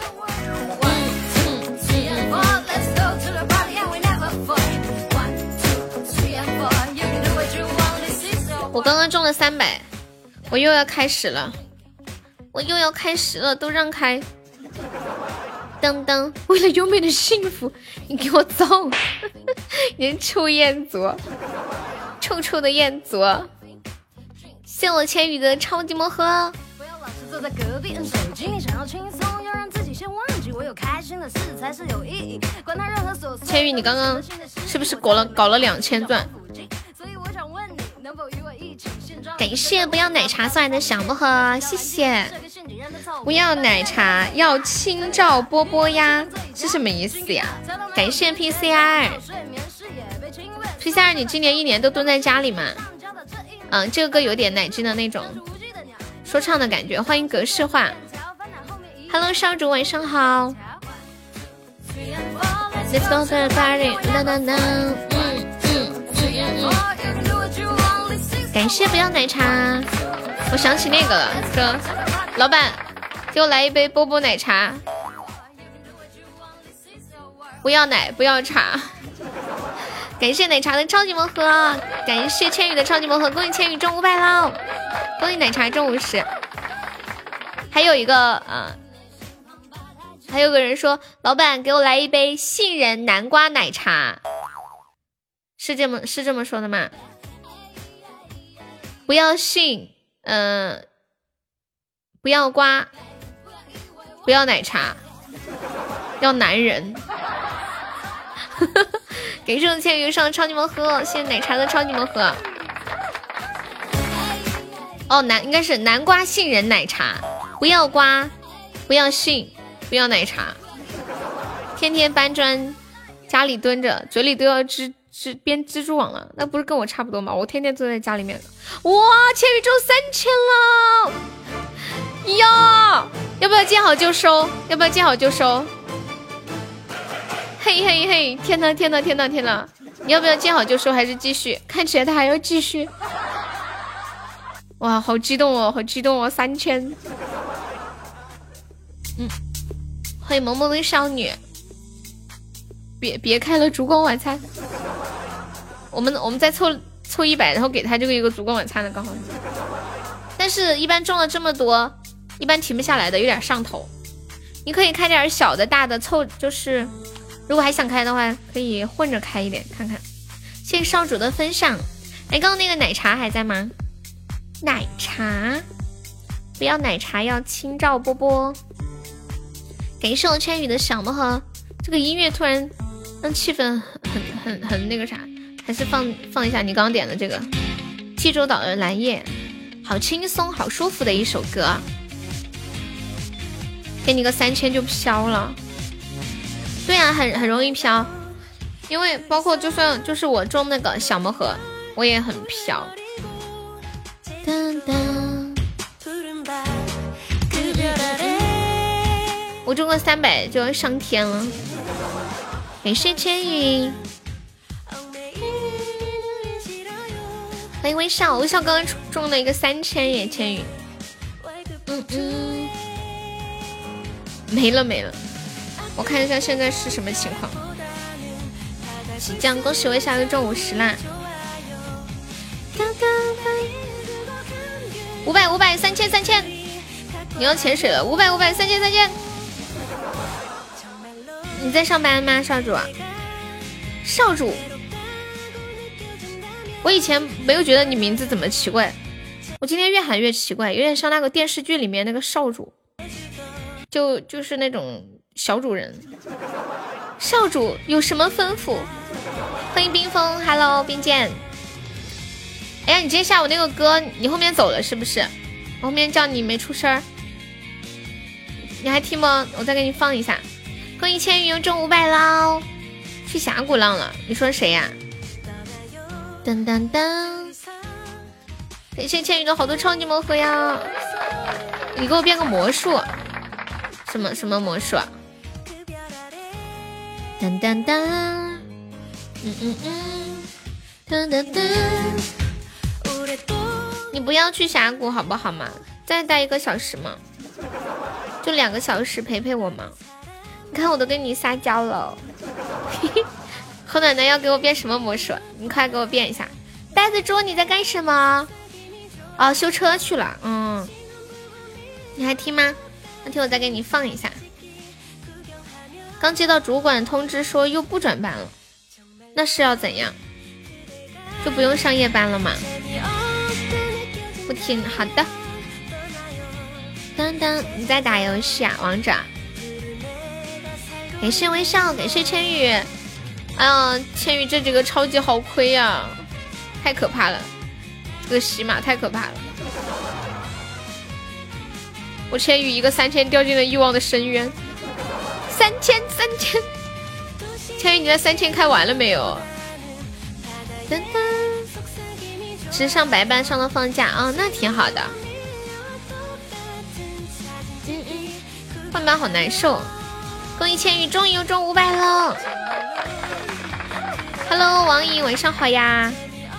Speaker 1: 我刚刚中了三百，我又要开始了，我又要开始了，都让开！当当，为了优美的幸福，你给我走！你臭彦祖，臭臭的彦祖！谢我千羽的超级魔盒。千羽，你刚刚是不是搞了搞了两千钻？感谢不要奶茶送来的小魔盒，谢谢。不要奶茶，要清照波波呀，是什么意思呀？感谢 P C R。P C R， 你今年一年都蹲在家里吗？嗯，这个歌有点奶精的那种说唱的感觉。欢迎格式化。Hello， 少主，晚上好。Let's go to the party， 啦啦啦，嗯嗯嗯嗯。感谢不要奶茶，我想起那个了，说老板给我来一杯波波奶茶，不要奶不要茶。感谢奶茶的超级魔盒，感谢千羽的超级魔盒，恭喜千羽中五百喽，恭喜奶茶中五十。还有一个呃，还有个人说老板给我来一杯杏仁南瓜奶茶，是这么是这么说的吗？不要杏，嗯、呃，不要瓜，不要奶茶，要男人。给圣千羽上超级魔盒，谢谢奶茶的超级魔盒。哦，南应该是南瓜杏仁奶茶，不要瓜，不要杏，不要奶茶。天天搬砖，家里蹲着，嘴里都要织织编蜘蛛网了，那不是跟我差不多吗？我天天坐在家里面。哇，千羽中三千了呀！要不要见好就收？要不要见好就收？嘿嘿嘿！天呐天呐天呐天呐！你要不要见好就收还是继续？看起来他还要继续。哇，好激动哦，好激动哦！三千。嗯，欢迎萌萌的少女。别别开了烛光晚餐。我们我们再凑凑一百，然后给他这个一个烛光晚餐的刚好。但是，一般中了这么多，一般停不下来的，有点上头。你可以开点小的、大的，凑就是。如果还想开的话，可以混着开一点看看。谢谢少主的分享。哎，刚刚那个奶茶还在吗？奶茶，不要奶茶，要清照波波。感谢我千羽的小魔盒。这个音乐突然让气氛很很很那个啥，还是放放一下你刚刚点的这个济州岛的蓝叶，好轻松好舒服的一首歌。给你个三千就飘了。对啊，很很容易飘，因为包括就算就是我中那个小魔盒，我也很飘。我中个三百就要上天了，感谢千羽。 欢迎微笑，微笑刚刚中了一个三千耶，千羽。嗯嗯，没了没了，我看一下现在是什么情况。起降，恭喜微笑又中五十啦！五百五百三千三千，你要潜水了，五百五百三千三千。你在上班吗，少主？少主，我以前没有觉得你名字怎么奇怪，我今天越喊越奇怪，有点像那个电视剧里面那个少主，就就是那种小主人。少主有什么吩咐？欢迎冰封 ，Hello 冰剑。哎呀，你今天下午那个歌，你后面走了是不是？我后面叫你没出声，你还听吗？我再给你放一下。恭喜千羽又中五百喽！去峡谷浪了，你说谁呀？噔噔噔！感谢千羽的好多超级魔盒呀！你给我变个魔术，什么什么魔术啊？噔噔噔！嗯嗯嗯，噔噔噔！你不要去峡谷好不好嘛？再待一个小时嘛，就两个小时陪陪我嘛。你看我都跟你撒娇了。何奶奶要给我变什么魔术？你快给我变一下。呆子猪你在干什么？哦，修车去了。嗯，你还听吗？那听我再给你放一下。刚接到主管通知说又不转班了，那是要怎样？就不用上夜班了吗？不听，好的。当当，你在打游戏啊，王者？感谢微笑，感谢千羽。哎呀，千羽这几个超级好亏呀、啊，太可怕了！这个喜马太可怕了。我千羽一个三千掉进了欲望的深渊。三千，三千。千羽，你的三千开完了没有？噔噔。只上白班，上到放假啊、哦，那挺好的。嗯嗯，换班好难受。恭喜千羽终于又中五百了 ！Hello， 王颖，晚上好呀！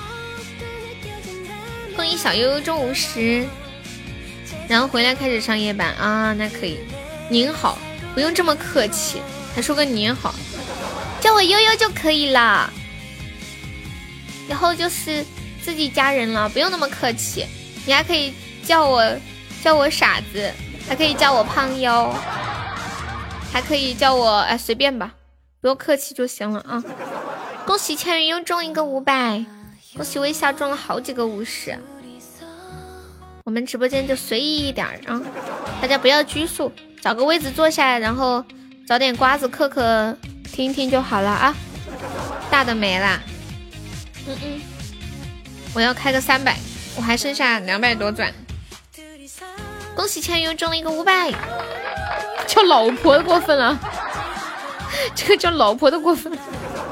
Speaker 1: 恭喜小悠悠中五十，然后回来开始上夜班啊，那可以。您好，不用这么客气，还说个您好，叫我悠悠就可以了。以后就是自己家人了，不用那么客气。你还可以叫我叫我傻子，还可以叫我胖腰。还可以叫我哎，随便吧，不用客气就行了啊！恭喜千羽又中一个五百，恭喜微笑中了好几个五十。我们直播间就随意一点啊，大家不要拘束，找个位置坐下来，然后找点瓜子嗑嗑，听听就好了啊。大的没啦，嗯嗯，我要开个三百，我还剩下两百多钻。恭喜千羽又中了一个五百。叫老婆的过分了，这个叫老婆的过分了。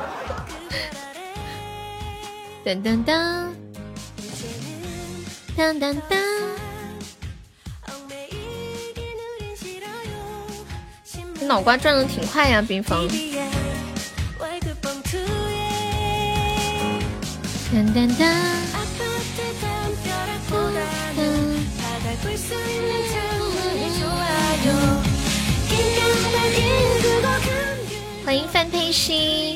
Speaker 1: 噔噔噔，噔噔噔。你脑瓜转的挺快呀，冰峰。噔噔噔。欢迎范佩西。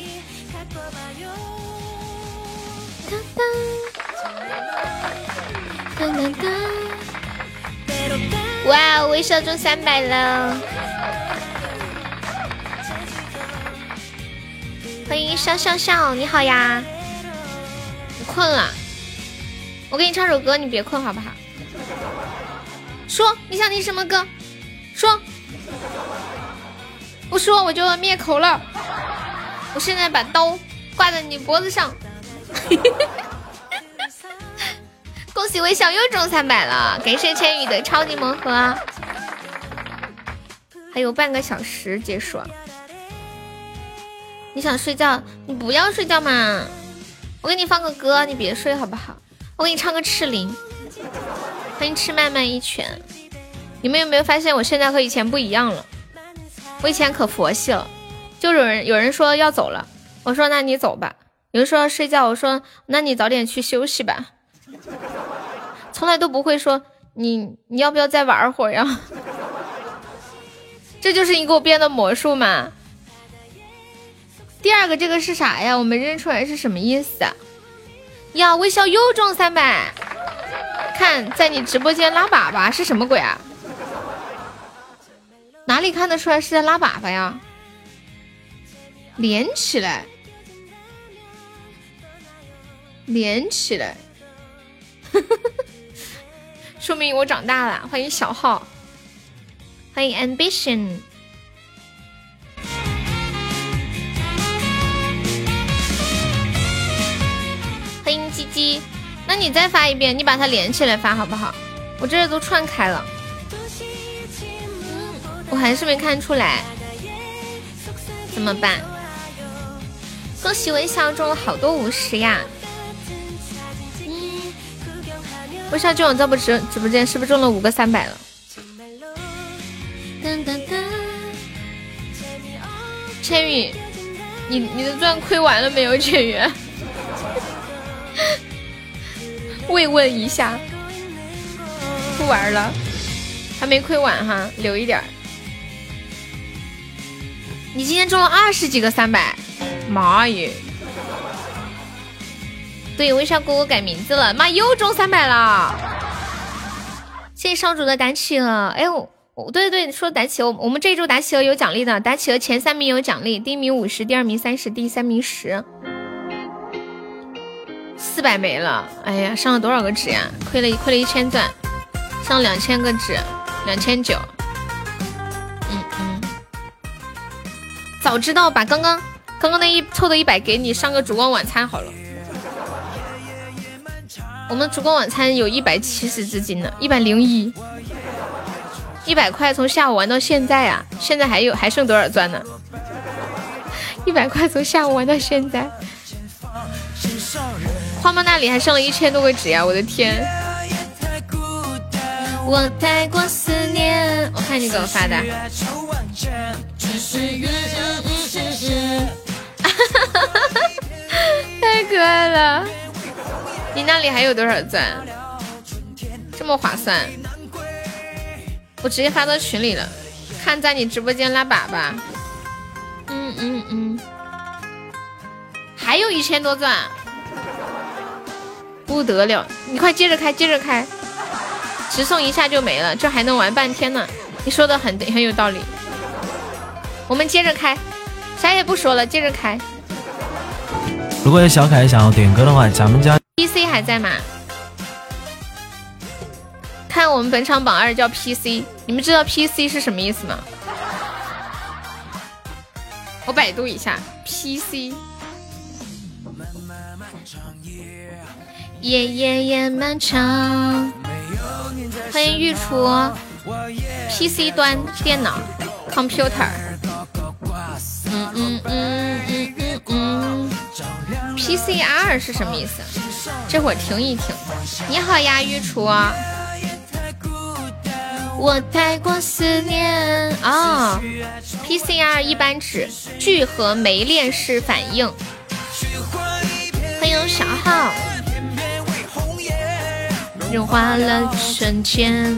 Speaker 1: 哇，微笑中三百了！欢迎笑笑笑，你好呀！你困了？我给你唱首歌，你别困好不好？说你想听什么歌？说。不说我就要灭口了，我现在把刀挂在你脖子上。恭喜微笑又中三百了，感谢千羽的超级魔盒，还有半个小时结束。你想睡觉，你不要睡觉嘛，我给你放个歌，你别睡好不好？我给你唱个赤灵。欢迎吃慢慢一拳。你们有没有发现我现在和以前不一样了？我以前可佛系了，就有人有人说要走了，我说那你走吧。有人说要睡觉，我说那你早点去休息吧。 从来都不会说你你要不要再玩会儿呀？这就是你给我编的魔术嘛。第二个这个是啥呀？我没认出来是什么意思啊？呀，微笑又中三百，看在你直播间拉粑粑是什么鬼啊？哪里看得出来是在拉粑粑呀？连起来，连起来，说明我长大了。欢迎小号，欢迎 ambition。欢迎鸡鸡，那你再发一遍，你把它连起来发好不好？我这都串开了，我还是没看出来，怎么办？恭喜微笑中了好多五十呀！嗯，微笑今晚在不直直播间是不是中了五个三百了？噔噔噔，千羽，你你的钻亏完了没有？千羽？慰问一下，不玩了，还没亏完哈，留一点。你今天中了二十几个三百，妈耶！对，微笑哥哥改名字了，妈又中三百了，谢谢少主的打企鹅。哎呦，对对对，说打企鹅，我们这一周打企鹅有奖励的，打企鹅前三名有奖励，第一名五十，第二名三十，第三名十。四百没了，哎呀，上了多少个纸呀？亏了亏了一千钻，上两千个纸，两千九。嗯嗯，早知道把刚刚刚刚那一凑的一百给你上个烛光晚餐好了。我们烛光晚餐有一百七十资金呢，一百零一，一百块从下午玩到现在啊，现在还有还剩多少钻呢？一百块从下午玩到现在。花妈那里还剩了一千多个纸呀！我的天，我太过思念。我看你给我发的，太可爱了。你那里还有多少钻？这么划算，我直接发到群里了。看在你直播间拉粑粑。嗯嗯嗯，还有一千多钻。不得了，你快接着开，接着开，直送一下就没了，这还能玩半天呢。你说的很很有道理，我们接着开，啥也不说了，接着开。
Speaker 2: 如果有小可爱想要点歌的话，咱们家
Speaker 1: P C 还在吗？看我们本场榜二叫 P C， 你们知道 P C 是什么意思吗？我百度一下 P C。夜夜夜漫长，欢迎御厨 P C 端电脑 computer， 嗯嗯嗯嗯嗯嗯 P C R 是什么意思？这会儿听一听。你好呀，御厨，我太过思念啊、哦、P C R 一般指聚合酶链式反应。欢迎小号。融化了瞬间，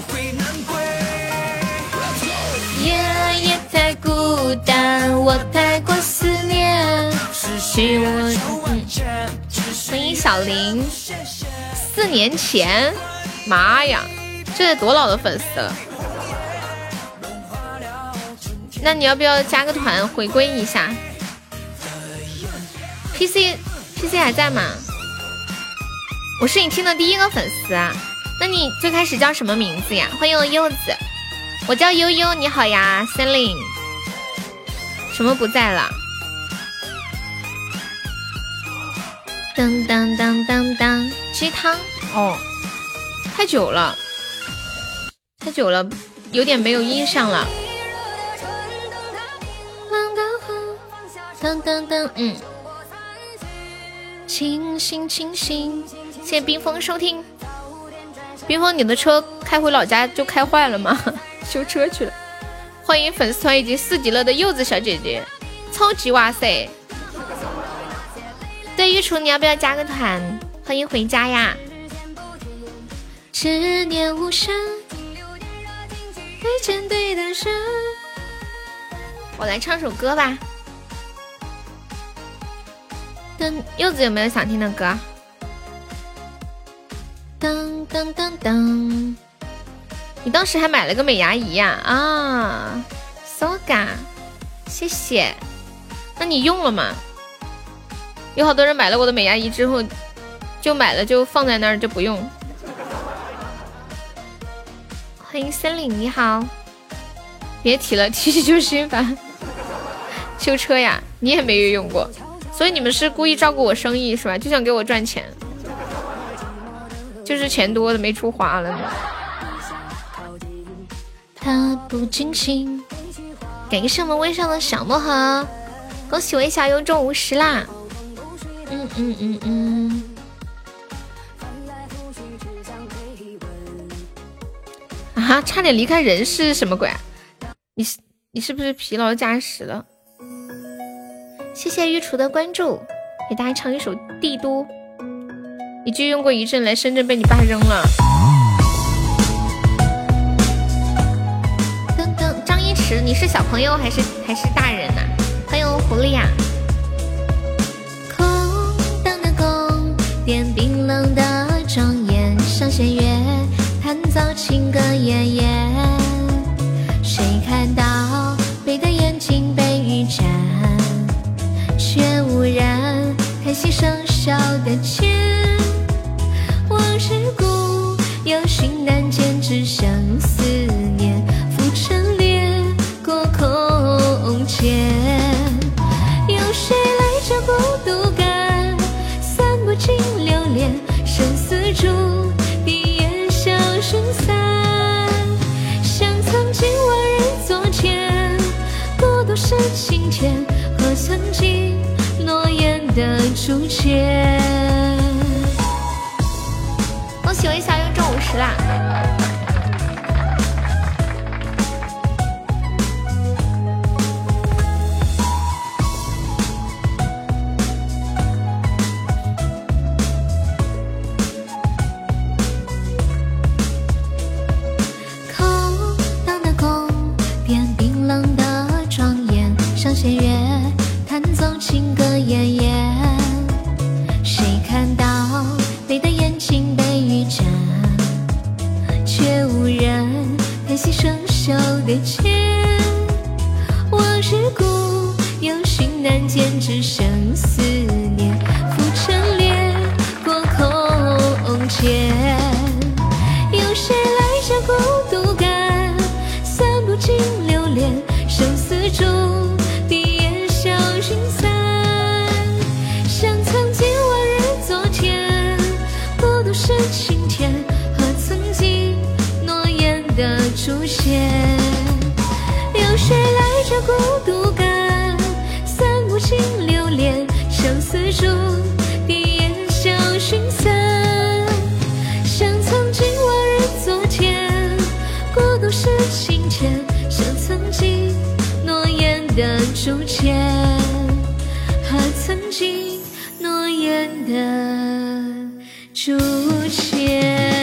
Speaker 1: 夜夜太孤单，我太过思念，失去我。嗯、欢迎小林，四年前，妈呀，这得多老的粉丝了？那你要不要加个团回归一下 ？P C P C 还在吗？我是你听的第一个粉丝啊，那你最开始叫什么名字呀？欢迎我柚子，我叫悠悠，你好呀 Celine。 什么不在了？当当当当当，鸡汤哦，太久了，太久了，有点没有印象了。当当当，嗯，清醒清醒。谢谢冰封收听。冰封，你的车开回老家就开坏了吗？修车去了。欢迎粉丝团已经四级了的柚子小姐姐，超级哇塞！对，御厨你要不要加个团？欢迎回家呀！ 执念无声，遇见对的人。我来唱首歌吧。噔，柚子有没有想听的歌？噔噔噔噔，你当时还买了个美牙仪呀？啊 ，Soga， 谢谢。那你用了吗？有好多人买了我的美牙仪之后，就买了就放在那儿就不用。欢迎森林，你好。别提了，提起就心烦。修车呀，你也没有用过，所以你们是故意照顾我生意是吧？就想给我赚钱，就是钱多的没处花了。他不惊醒，感谢我们微笑的小漠河，恭喜微笑又中五十啦！嗯嗯嗯嗯。啊，差点离开人世什么鬼啊？你是你是不是疲劳驾驶了？谢谢御厨的关注，给大家唱一首《帝都》。你就用过一阵来深圳被你爸扔了。噔噔，张一驰，你是小朋友还是还是大人呐、啊？欢迎狐狸呀、啊！空荡的宫殿，冰冷的庄严，上弦月，弹奏情歌绵延。谁看到美的眼睛被雨沾？却无人叹息生锈的剑，往事故有心难见，只剩思念浮沉掠过空间。有谁来这孤独感，散不尽流连，生死注定烟消云散。像曾经往日昨天，孤独是晴天和曾经诺言的主角。恭喜微笑又中五十啦！空荡的宫殿，冰冷的庄严，上弦月，弹奏情歌绵延。谁看到美的眼睛被雨沾，却无人叹息生锈的剑。往事故有心难见，只剩思念浮沉掠过空间。有谁来这孤独感，散不尽流连，生死注定烟消云散。像曾经往日昨天，孤独是晴天和曾经诺言的主线。有谁来这孤独感，散不尽流连，生死注定烟消云散。像曾经往日昨天，孤独是晴天，像曾经诺言的主线和曾经诺言的主线。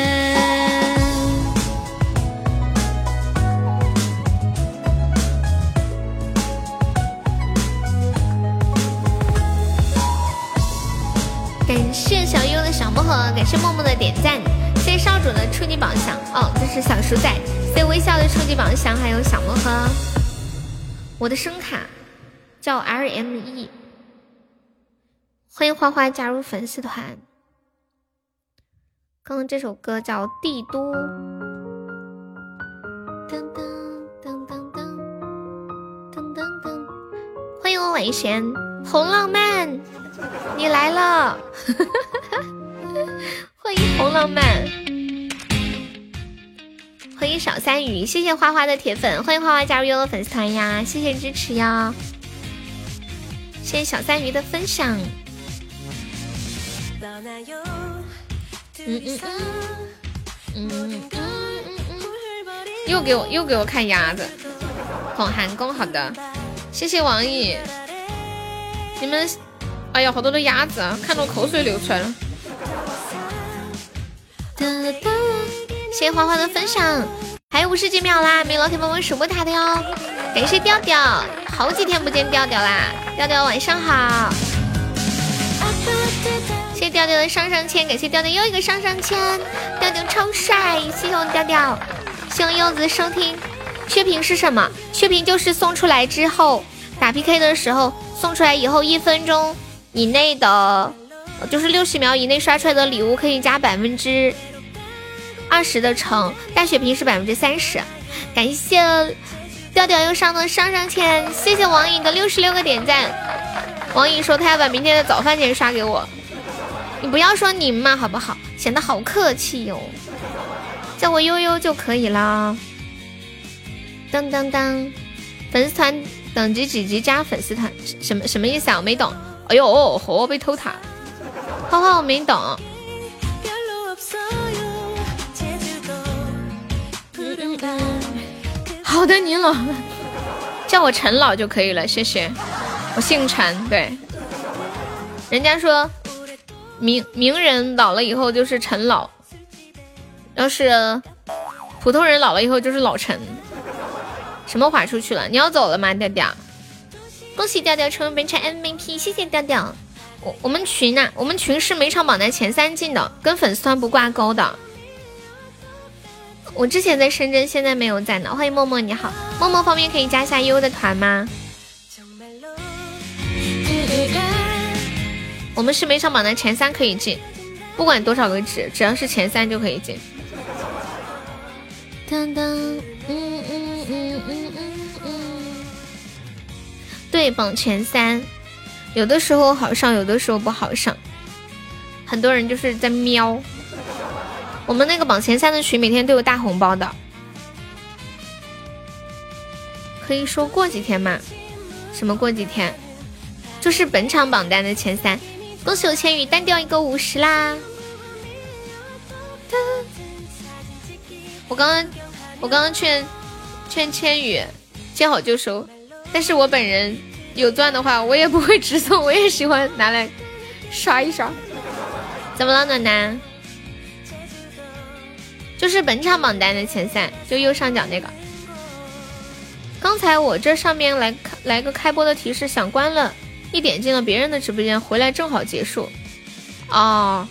Speaker 1: 感谢小悠悠的小薄荷，感谢默默的点赞，谢谢少主的初级宝箱。哦，这是小鼠仔，谢谢微笑的初级宝箱，还有小薄荷。我的声卡叫 R M E， 欢迎花花加入粉丝团。刚刚这首歌叫《帝都》。噔噔噔噔噔噔噔噔，欢迎我伟贤，红浪漫，你来了，欢迎红浪漫，欢迎小三鱼，谢谢花花的铁粉，欢迎花花加入悠悠粉丝团呀，谢谢支持呀，谢谢小三鱼的分享。嗯嗯嗯嗯嗯嗯嗯，又给我又给我看鸭子，捧韩宫，好的，谢谢王毅，你们，哎呀，好多的鸭子啊，看到口水流出来了。哒哒谢谢花花的分享。还有五十几秒啦，没有老铁帮我数过塔的哟。感谢调调，好几天不见调调啦，调调晚上好。谢谢调调的上上签，感谢调调又一个上上签，调调超帅，谢谢我调调。谢谢柚子收听。血瓶是什么？血瓶就是送出来之后打 P K 的时候，送出来以后一分钟以内的，就是六十秒以内刷出来的礼物可以加百分之二十的成，大血瓶是百分之三十。感谢调调又上的上上签，谢谢王颖的六十六个点赞。王颖说他要把明天的早饭钱刷给我，你不要说您嘛好不好，显得好客气哟、哦，叫我悠悠就可以了。当当当，粉丝团等级几级加粉丝团？什么什么意思啊？我没懂。哎呦，我被偷塔，花花我没懂。嗯嗯嗯，好的，您老叫我陈老就可以了，谢谢。我姓陈，对。人家说名名人老了以后就是陈老，要是普通人老了以后就是老陈。什么划出去了？你要走了吗，调调？恭喜调调成为本场 M V P， 谢谢调调。我我们群呢、啊？我们群是每场榜单前三进的，跟粉丝团不挂钩的。我之前在深圳，现在没有在呢。欢迎默默，你好，默默方便可以加一下悠悠的团吗？我们是每场榜单前三可以进，不管多少个值，只要是前三就可以进。当当，嗯嗯嗯嗯嗯嗯，对，榜前三，有的时候好上，有的时候不好上，很多人就是在瞄。我们那个榜前三的群每天都有大红包的，可以说过几天嘛？什么过几天？就是本场榜单的前三。恭喜我千羽单掉一个五十啦！我刚刚我刚刚劝劝千羽见好就收，但是我本人有钻的话，我也不会直送，我也喜欢拿来刷一刷。怎么了，暖男？就是本场榜单的前三，就右上角那个。刚才我这上面来来个开播的提示，想关了，一点进了别人的直播间，回来正好结束。哦。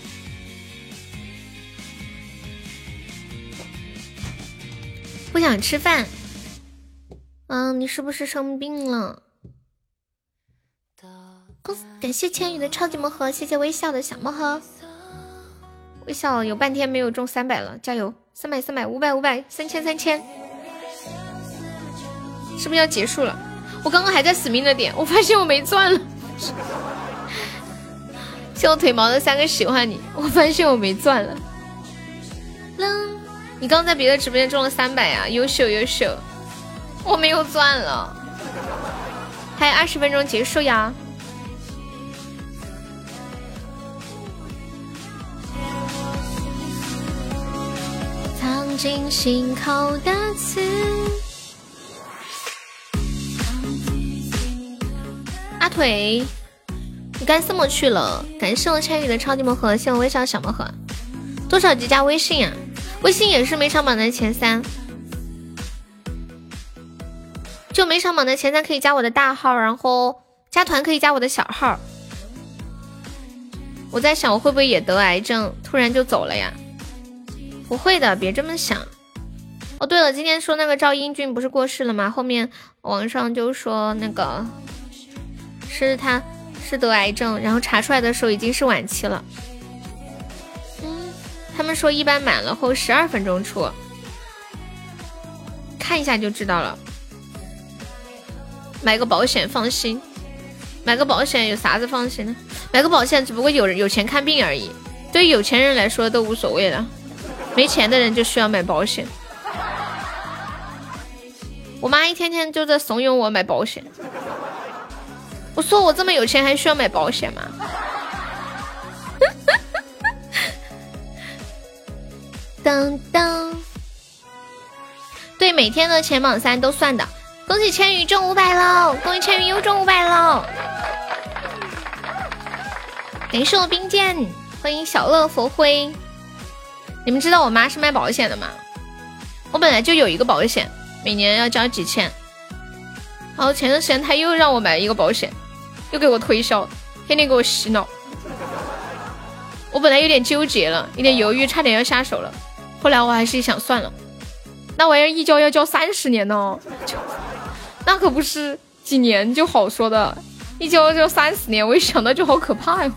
Speaker 1: 不想吃饭，嗯，你是不是生病了？感谢千羽的超级魔盒，谢谢微笑的小魔盒。微笑有半天没有中三百了，加油！三百三百五百五百三千三千，是不是要结束了？我刚刚还在死命的点，我发现我没钻了。谢我腿毛的三个喜欢你，我发现我没钻了。你刚在别的直播间中了三百呀，优秀优秀！我没有钻了，还有二十分钟结束呀。藏进心口的刺。阿腿，你干什么去了？感谢我千羽的超级魔盒，谢我微笑小魔盒。多少级加微信啊？微信也是每场榜单前三，就每场榜单前三可以加我的大号，然后加团可以加我的小号。我在想我会不会也得癌症，突然就走了呀？不会的，别这么想。哦，对了，今天说那个赵英俊不是过世了吗？后面网上就说那个是他是得癌症，然后查出来的时候已经是晚期了。他们说一般满了后十二分钟出，看一下就知道了。买个保险放心，买个保险有啥子放心呢？买个保险只不过有人有钱看病而已，对于有钱人来说都无所谓了，没钱的人就需要买保险。我妈一天天就在怂恿我买保险，我说我这么有钱还需要买保险吗？当当，对，每天的前榜三都算的。恭喜千羽中五百喽！恭喜千羽又中五百喽！感谢我冰剑，欢迎小乐佛辉。 你们知道我妈是卖保险的吗？我本来就有一个保险，每年要交几千。然后前段时间她又让我买一个保险，又给我推销，天天给我洗脑。我本来有点纠结了，有点犹豫，差点要下手了。后来我还是想算了，那玩意儿一交要交三十年呢，就那可不是几年就好说的，一交就三十年，我一想到就好可怕哟。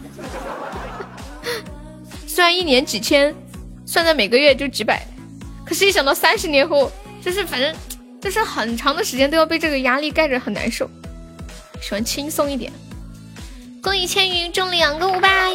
Speaker 1: 虽然一年几千，算在每个月就几百，可是一想到三十年后，就是反正就是很长的时间都要被这个压力盖着，很难受。喜欢轻松一点。恭喜千羽中两个五百，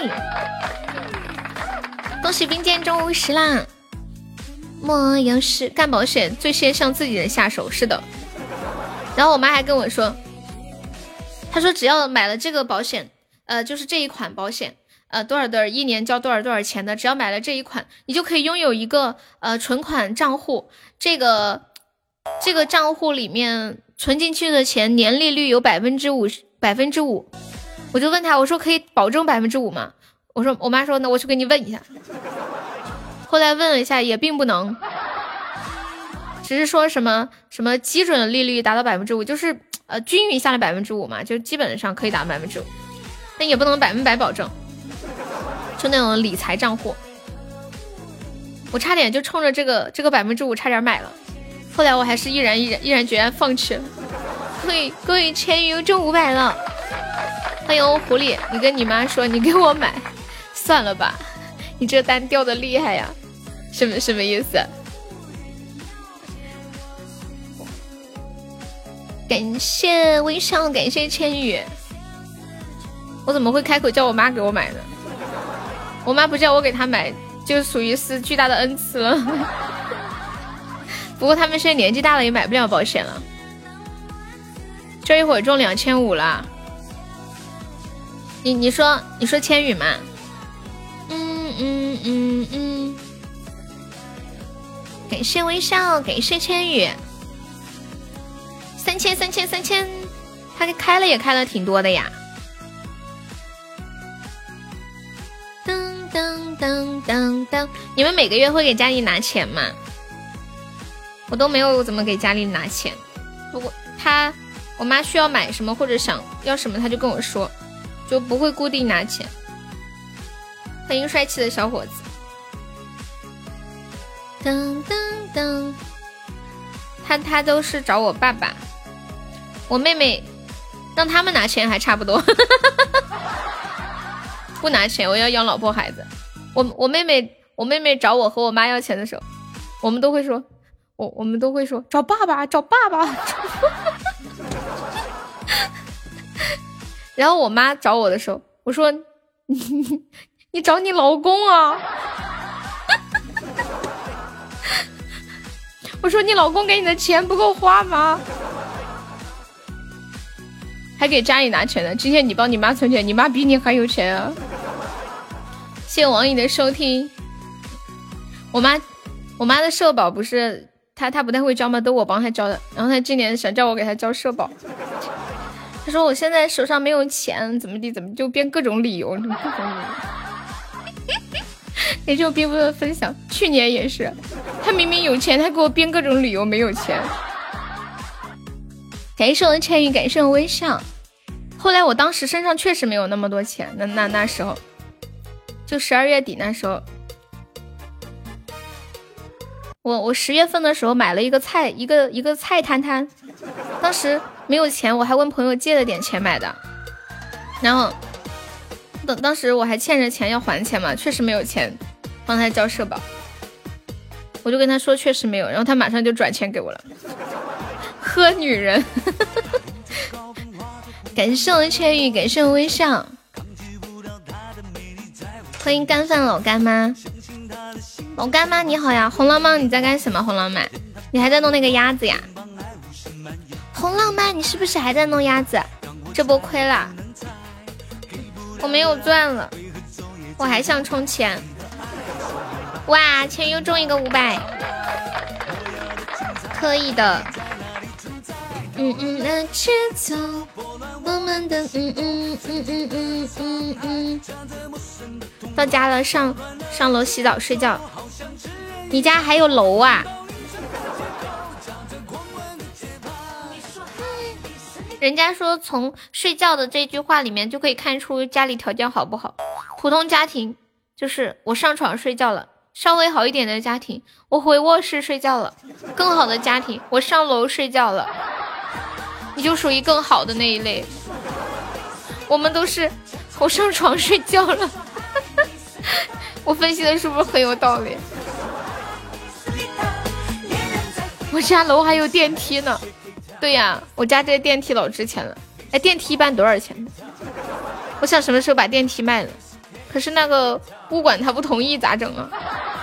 Speaker 1: 恭喜并肩中五十啦！莫有事，干保险最先向自己人下手，是的。然后我妈还跟我说，她说只要买了这个保险，呃，就是这一款保险，呃，多少多少一年交多少多少钱的，只要买了这一款，你就可以拥有一个呃存款账户，这个这个账户里面存进去的钱年利率有百分之五十，百分之五。我就问他，我说可以保证百分之五吗？我说我妈说那我去给你问一下。后来问了一下，也并不能，只是说什么什么基准利率达到百分之五，就是呃均匀下来百分之五嘛，就基本上可以达百分之五，但也不能百分百保证，就那种理财账户。我差点就冲着这个这个百分之五差点买了，后来我还是毅然毅然毅然决然放弃了。可以各位千羽中五百了。欢迎狐狸，你跟你妈说你给我买，算了吧，你这单掉的厉害呀，什么什么意思？感谢微笑，感谢千羽。我怎么会开口叫我妈给我买呢？我妈不叫我给她买，就属于是巨大的恩赐了。不过他们现在年纪大了，也买不了保险了。这一会儿中两千五了。你你说你说千羽吗？嗯嗯嗯嗯，感谢微笑，感谢千羽，三千三千三千，他开了也开了挺多的呀。噔噔噔噔噔，你们每个月会给家里拿钱吗？我都没有怎么给家里拿钱，如果他我妈需要买什么或者想要什么，他就跟我说。就不会固定拿钱。欢迎帅气的小伙子。噔噔噔，他他都是找我爸爸，我妹妹让他们拿钱还差不多。不拿钱，我要养老婆孩子。我我妹妹我妹妹找我和我妈要钱的时候，我们都会说，我我们都会说找爸爸找爸爸。然后我妈找我的时候，我说你你找你老公啊。我说你老公给你的钱不够花吗？还给家里拿钱呢。今天你帮你妈存钱，你妈比你还有钱啊。谢谢网瘾的收听。我妈我妈的社保不是她她不太会交吗？都我帮她交的。然后她今年想叫我给她交社保。他说我现在手上没有钱，怎么地怎么就编各种理由，各种理由。也就并不会分享，去年也是，他明明有钱，他给我编各种理由没有钱。感谢我的千羽，感谢我微笑。后来我当时身上确实没有那么多钱，那那那时候，就十二月底那时候，我我十月份的时候买了一个菜，一个一个菜摊摊，当时没有钱，我还问朋友借了点钱买的，然后当当时我还欠着钱要还钱嘛，确实没有钱帮他交社保，我就跟他说确实没有，然后他马上就转钱给我了。喝女人。感谢我的千羽，感谢我微笑，欢迎干饭老干妈。老干妈你好呀，红浪漫你在干什么？红浪漫你还在弄那个鸭子呀？红浪漫你是不是还在弄鸭子？这波亏了，我没有赚了，我还想充钱。哇，钱又中一个五百，可以的。嗯嗯，那去走我们的嗯嗯嗯嗯嗯嗯嗯。到家了，上上楼洗澡睡觉。 你家还有楼啊？人家说从睡觉的这句话里面就可以看出家里条件好不好。普通家庭就是我上床睡觉了，稍微好一点的家庭我回卧室睡觉了，更好的家庭我上楼睡觉了。你就属于更好的那一类，我们都是我上床睡觉了。我分析的是不是很有道理？我家楼还有电梯呢。对呀，我家这电梯老值钱了。哎，电梯一般多少钱？我想什么时候把电梯卖了，可是那个物管他不同意，咋整啊？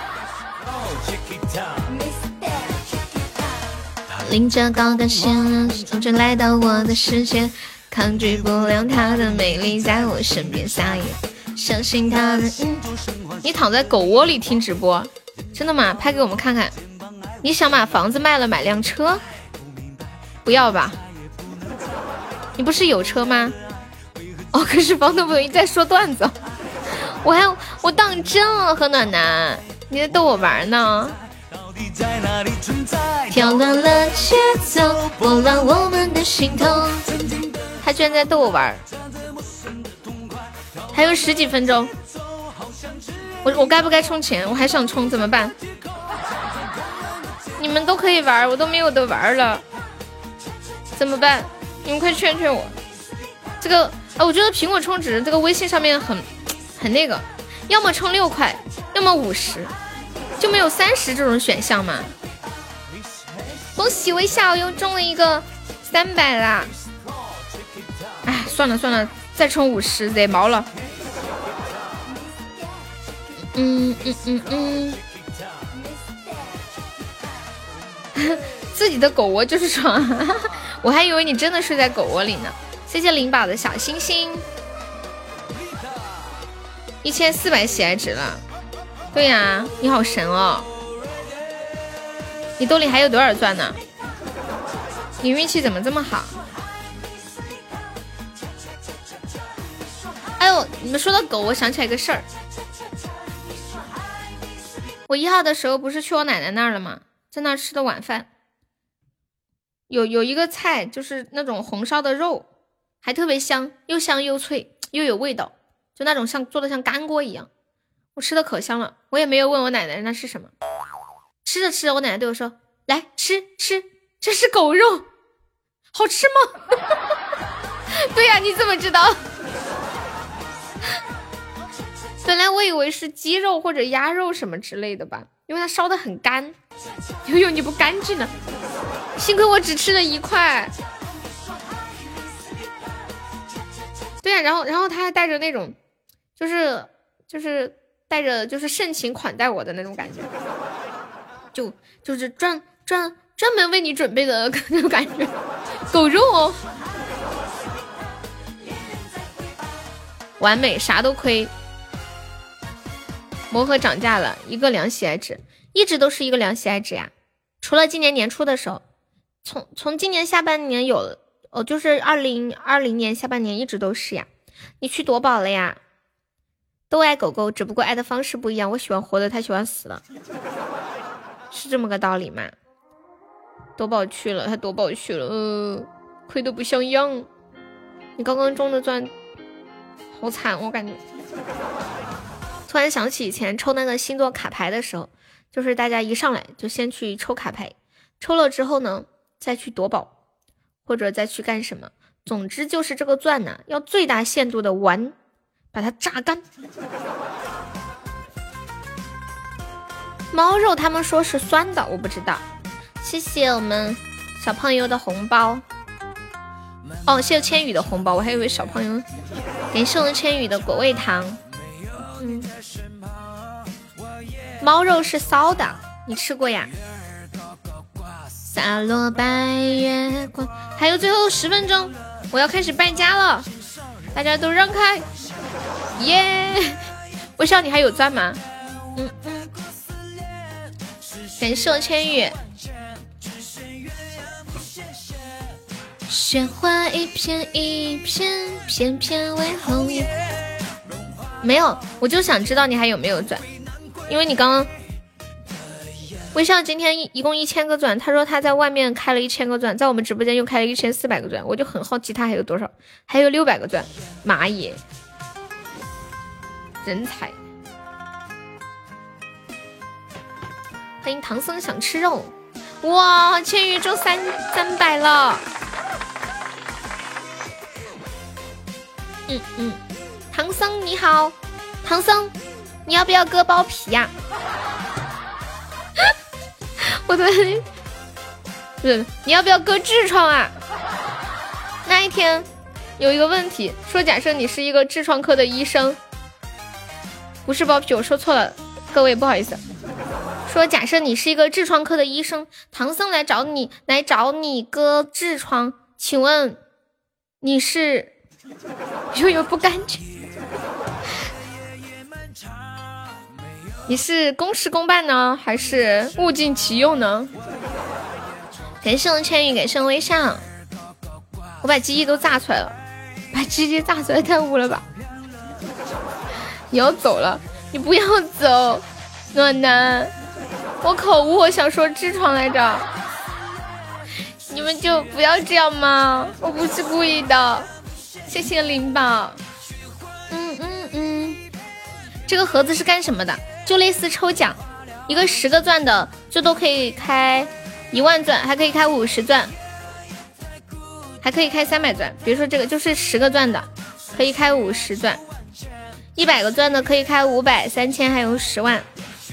Speaker 1: 拎着高跟鞋，终于来到我的世界，抗拒不了她的美丽，在我身边撒野，相信她的。嗯，你躺在狗窝里听直播，真的吗？拍给我们看看。你想把房子卖了买辆车？不要吧，你不是有车吗？哦，可是房东不同意，在说段子。我还我当真了，何暖暖，你在逗我玩呢？挑乱了节奏，拨乱我们的心头。他居然在逗我玩。还有十几分钟，我我该不该充钱？我还想充，怎么办？你们都可以玩，我都没有得玩了。怎么办？你们快劝劝我。这个啊，我觉得苹果充值这个微信上面很很那个，要么充六块，要么五十，就没有三十这种选项嘛。恭喜微笑又中了一个三百啦！哎，算了算了，再充五十得毛了。嗯嗯嗯嗯。自己的狗窝就是床。我还以为你真的睡在狗窝里呢。谢谢灵宝的小星星，一千四百喜爱值了。对呀、啊，你好神哦！你兜里还有多少钻呢？你运气怎么这么好？哎呦，你们说到狗，我想起来一个事儿。我一号的时候不是去我奶奶那儿了吗？在那儿吃的晚饭。有有一个菜就是那种红烧的肉，还特别香，又香又脆又有味道，就那种像做的像干锅一样，我吃的可香了。我也没有问我奶奶那是什么，吃着吃着我奶奶对我说，来吃吃，这是狗肉，好吃吗？对呀、啊、你怎么知道？本来我以为是鸡肉或者鸭肉什么之类的吧，因为它烧得很干。悠悠你不干净呢，幸亏我只吃了一块。对啊，然后然后他还带着那种就是就是带着就是盛情款待我的那种感觉，就就是专专专门为你准备的那种感觉。狗肉哦，完美，啥都亏。魔盒涨价了，一个两喜爱值，一直都是一个两喜爱值呀。除了今年年初的时候，从从今年下半年有了，哦，就是二零二零年下半年一直都是呀。你去夺宝了呀？都爱狗狗，只不过爱的方式不一样。我喜欢活的，他喜欢死了，是这么个道理吗？夺宝去了，他夺宝去了，呃，亏得不像样。你刚刚中的钻好惨，我感觉。突然想起以前抽那个星座卡牌的时候，就是大家一上来就先去抽卡牌，抽了之后呢再去夺宝，或者再去干什么，总之就是这个钻呢要最大限度的玩，把它榨干。猫肉他们说是酸的，我不知道。谢谢我们小胖友的红包。哦，谢谢千羽的红包，我还以为小胖友。感谢我们千羽的果味糖。嗯，猫肉是骚的，你吃过呀？洒落白月光，还有最后十分钟，我要开始败家了，大家都让开，耶、yeah! ！我知道你还有钻吗？嗯嗯，感谢我千羽。雪花一片一片，片片为红叶。没有，我就想知道你还有没有钻，因为你刚刚微笑今天一一共一千个钻，他说他在外面开了一千个钻，在我们直播间又开了一千四百个钻，我就很好奇他还有多少，还有六百个钻，妈耶，人才！欢迎唐僧想吃肉，哇，千羽中三三百了，嗯嗯，唐僧你好，唐僧，你要不要割包皮呀、啊？我的，不是，你要不要割痔疮啊？那一天有一个问题，说假设你是一个痔疮科的医生，不是包皮，我说错了，各位不好意思。说假设你是一个痔疮科的医生，唐僧来找你来找你割痔疮，请问你是又有不干净？你是公事公办呢，还是物尽其用呢？感谢我千羽，感谢我微笑，我把鸡鸡都炸出来了，把鸡鸡炸出来太污了吧？你要走了，你不要走，暖男。我口误，我想说痔疮来着，你们就不要这样吗？我不是故意的，谢谢灵宝。嗯嗯嗯，这个盒子是干什么的？就类似抽奖，一个十个钻的最多可以开一万钻，还可以开五十钻，还可以开三百钻。比如说这个就是十个钻的，可以开五十钻，一百个钻的可以开五百、三千，还有十万。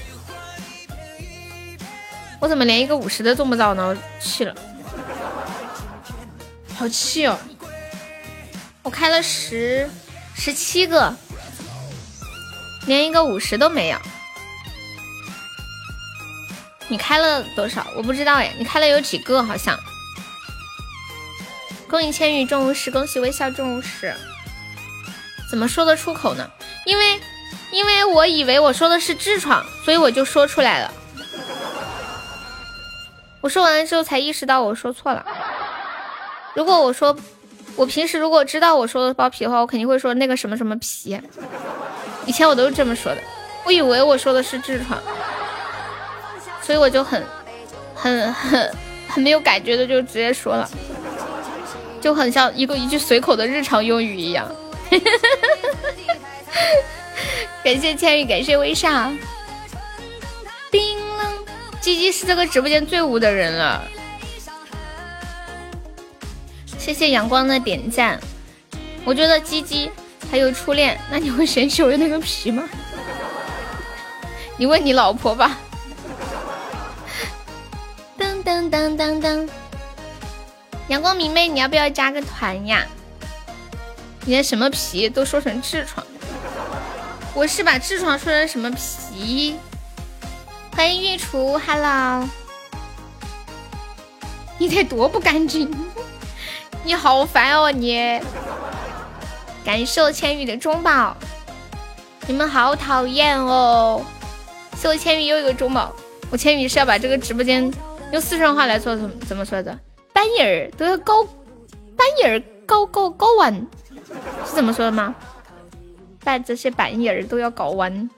Speaker 1: 我怎么连一个五十的中不着呢？我气了，好气哦！我开了十十七个，连一个五十都没有。你开了多少？我不知道哎，你开了有几个？好像。恭喜千羽中五十，恭喜微笑中五十。怎么说得出口呢？因为因为我以为我说的是痔疮，所以我就说出来了。我说完了之后才意识到我说错了。如果我说我平时如果知道我说的包皮的话，我肯定会说那个什么什么皮。以前我都是这么说的，我以为我说的是痔疮，所以我就很很很很没有感觉的就直接说了，就很像一个一句随口的日常用语一样。感谢千羽，感谢微笑。叮啷，鸡鸡是这个直播间最污的人了。谢谢阳光的点赞。我觉得鸡鸡还有初恋，那你会嫌弃我的那个皮吗？你问你老婆吧。噔噔噔噔噔，阳光明媚，你要不要加个团呀？你连什么皮都说成痔疮，我是把痔疮说成什么皮？欢迎月厨 ，Hello， 你得多不干净，你好烦哦你！感受千羽的中宝，你们好讨厌哦！谢我千羽又一个中宝，我千羽是要把这个直播间用四川话来说怎么怎么说的？板眼儿都要高，板眼儿高高高完，是怎么说的吗？把这些板眼儿都要搞完。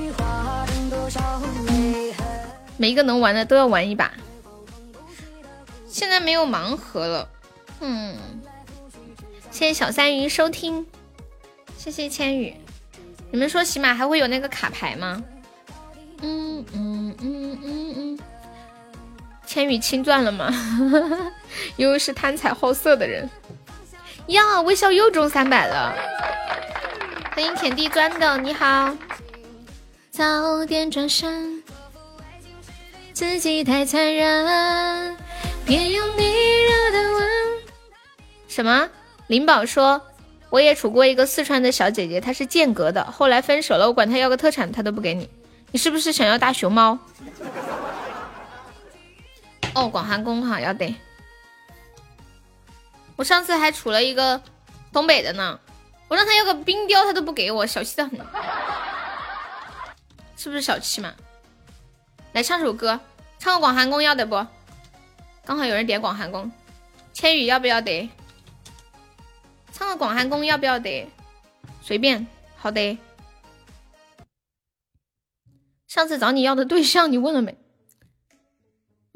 Speaker 1: 每一个能玩的都要玩一把。现在没有盲盒了，嗯，谢谢小三鱼收听，谢谢千羽。你们说起码还会有那个卡牌吗？嗯嗯嗯嗯嗯。千羽清钻了吗？又是贪财好色的人呀！微笑又中三百了，欢迎田地钻的，你好。早点转身，自己太残忍，别用你热的吻。什么？灵宝说我也处过一个四川的小姐姐，她是间隔的，后来分手了，我管她要个特产她都不给你，你是不是想要大熊猫？哦，广寒宫哈要得。我上次还处了一个东北的呢，我让他要个冰雕他都不给我，小气的很。是不是小气嘛？来唱首歌，唱个广寒宫要得不？刚好有人点广寒宫，千羽要不要得？唱个广寒宫要不要得？随便，好的。上次找你要的对象你问了没？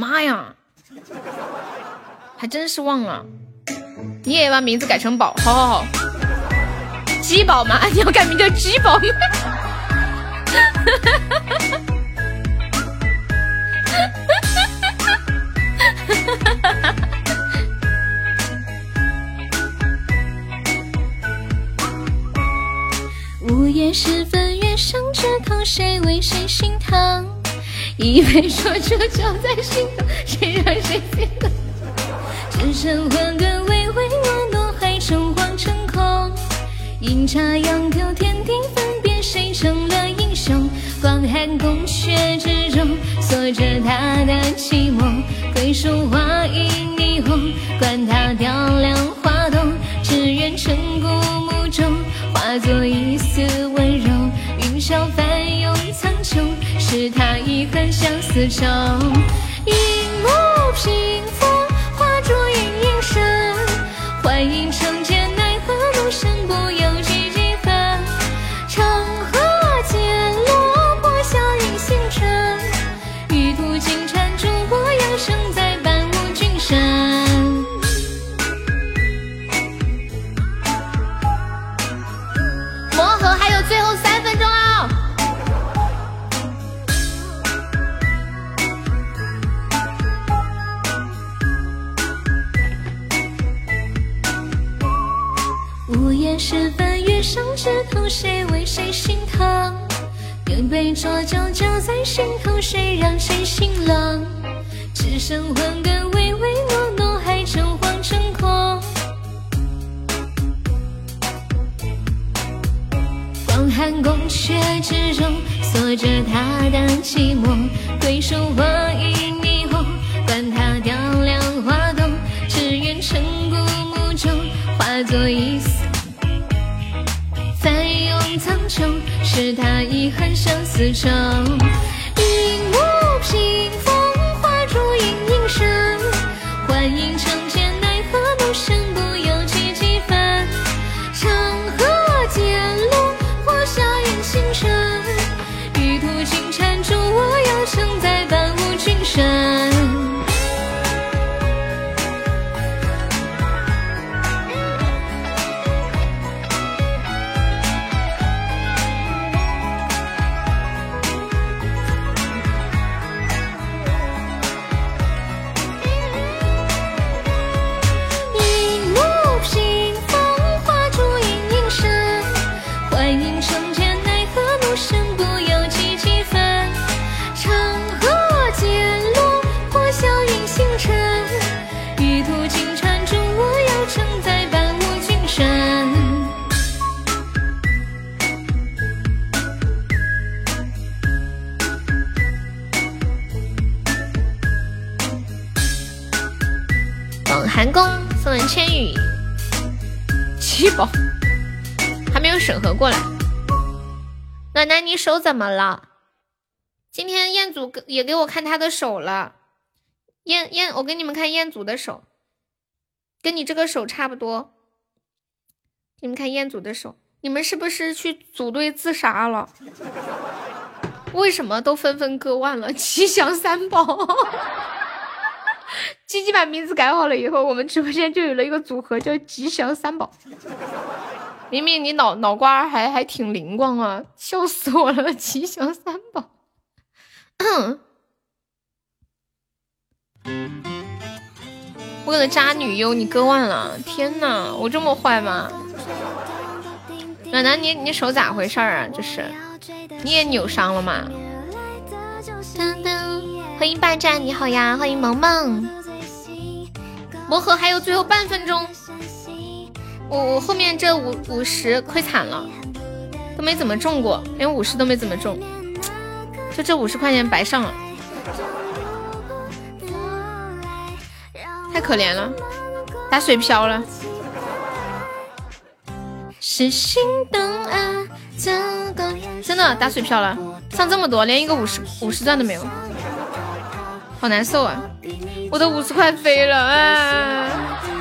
Speaker 1: 妈呀，还真是忘了。你也把名字改成宝，好好好。鸡宝吗？你要改名叫鸡宝吗？午夜时分，月上枝头，谁为谁心疼？一杯浊酒浇在心头，谁让谁心疼？只剩魂根微微挪动，还诚惶诚恐。阴差阳丢，天地分别，谁成了英雄？广寒宫阙之中，锁着他的寂寞。桂树花影霓虹，管他雕梁画栋，只愿尘古墓中化作一丝温柔。云霄翻涌苍穹，是他遗恨相思愁。一幕屏风，画烛影影深，幻影成茧，奈何路深不由己几分。长河渐落，破晓映星辰，玉兔金缠住我，要生在半无君身。魔盒还有最后三分钟啊！午夜时分，月上枝头，谁为谁心疼？一杯浊酒浇在心头，谁让谁心冷？只剩魂根微微挪动，还诚惶诚恐。广寒宫阙之中，锁着他的寂寞。桂树花影霓虹，管他雕梁画栋，只愿尘古墓中化作一丝翻涌苍穹，是他遗恨相思愁。一幕屏风，画烛影影深，幻影成茧，奈何路深不由己几分。长河渐落，破晓映星辰，玉兔金缠住我，要承载半无君身。寒宫送人千羽，七宝还没有审核过来。暖男，你手怎么了？今天彦祖也给我看他的手了。彦彦，我给你们看彦祖的手，跟你这个手差不多。你们看彦祖的手，你们是不是去组队自杀了？为什么都纷纷割腕了？吉祥三宝。鸡鸡把名字改好了以后，我们直播间就有了一个组合叫吉祥三宝。明明你脑脑瓜还还挺灵光啊，笑死我了！吉祥三宝。为了渣女优你割腕了，天哪，我这么坏吗？暖男，你你手咋回事啊？这是你也扭伤了吗？噔噔，欢迎霸占，你好呀，欢迎萌萌。魔盒还有最后半分钟，我我后面这五五十亏惨了，都没怎么中过，连五十都没怎么中，就这五十块钱白上了，太可怜了，打水漂了。是心动啊，真的打水漂了，上这么多，连一个五十五十钻都没有，好难受啊！我的五十块飞了啊！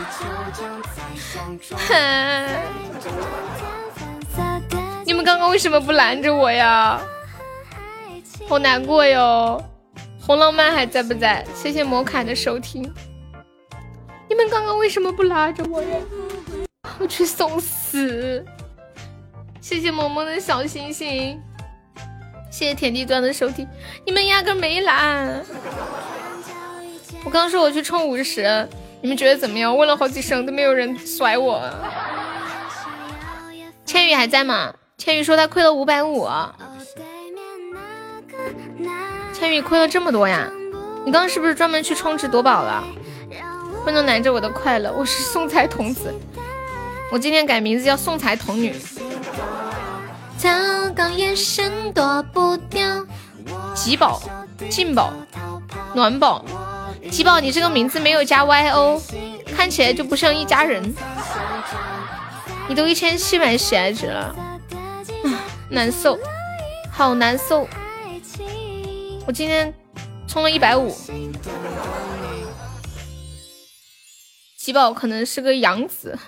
Speaker 1: 你们刚刚为什么不拦着我呀？好难过哟！ 红浪漫还在不在？谢谢摩卡的收听。你们刚刚为什么不拉着我呀？我去送死！谢谢萌萌的小星星，谢谢田地钻的收听。你们压根没拉。我刚说我去冲五十，你们觉得怎么样？问了好几声都没有人甩我。千羽还在吗？千羽说他亏了五百五。千羽亏了这么多呀？你刚刚是不是专门去充值夺宝了？不能拦着我的快乐，我是送财童子，我今天改名字叫送财童女。糟糕，眼神躲不掉。吉宝、劲宝、暖宝、吉宝，你这个名字没有加 Y O， 看起来就不像一家人。你都一千七百喜爱值了，难受，好难受。我今天充了一百五。吉宝可能是个养子，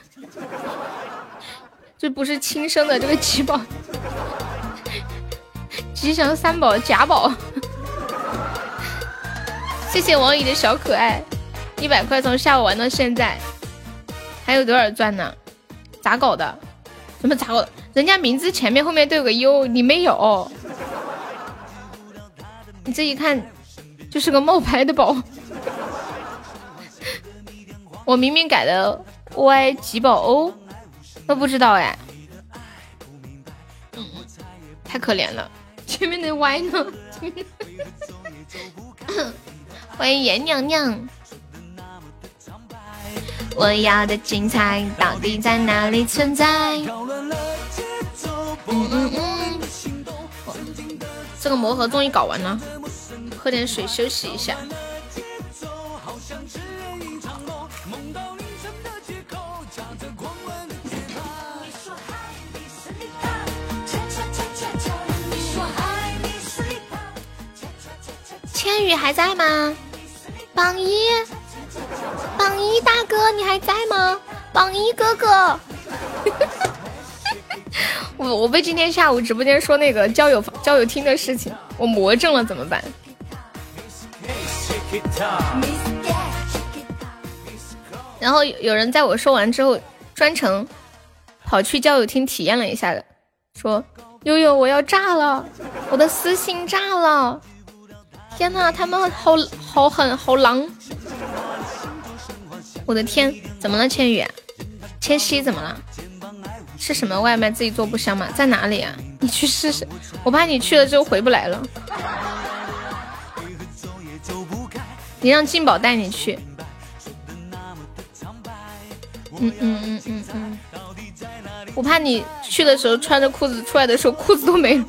Speaker 1: 这不是亲生的。这个吉宝，吉祥三宝贾宝。谢谢王乙的小可爱，一百块从下午玩到现在，还有多少钻呢？咋搞的？怎么咋搞的？人家名字前面后面都有个 U， 你没有，你这一看就是个冒牌的宝。我明明改的 Y 吉宝 O， 都不知道哎，嗯，太可怜了。前面的 Y 呢？欢迎严娘娘。我要的精彩到底在哪里存在？嗯嗯嗯。这个魔盒终于搞完了，喝点水休息一下。千羽还在吗？榜一，榜一大哥你还在吗？榜一哥哥。我我被今天下午直播间说那个交友交友厅的事情，我魔怔了怎么办？然后有人在我说完之后，专程跑去交友厅体验了一下的，说悠悠我要炸了，我的私信炸了。天哪，他们好好狠好狼！我的天，怎么了千羽？千玺怎么了？是什么外卖自己做不香吗？在哪里啊？你去试试，我怕你去了之后回不来了。你让金宝带你去。嗯嗯嗯嗯嗯，我怕你去的时候穿着裤子，出来的时候裤子都没了。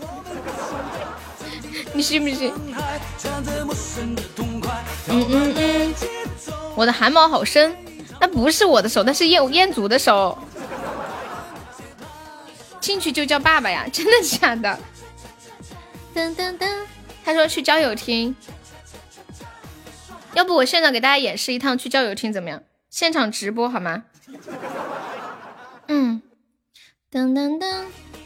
Speaker 1: 你信不信？嗯嗯嗯，我的汗毛好深，那不是我的手，那是彦彦祖的手。进去就叫爸爸呀？真的假的？噔噔噔，他说去交友厅，要不我现场给大家演示一趟去交友厅怎么样？现场直播好吗？嗯，噔噔噔。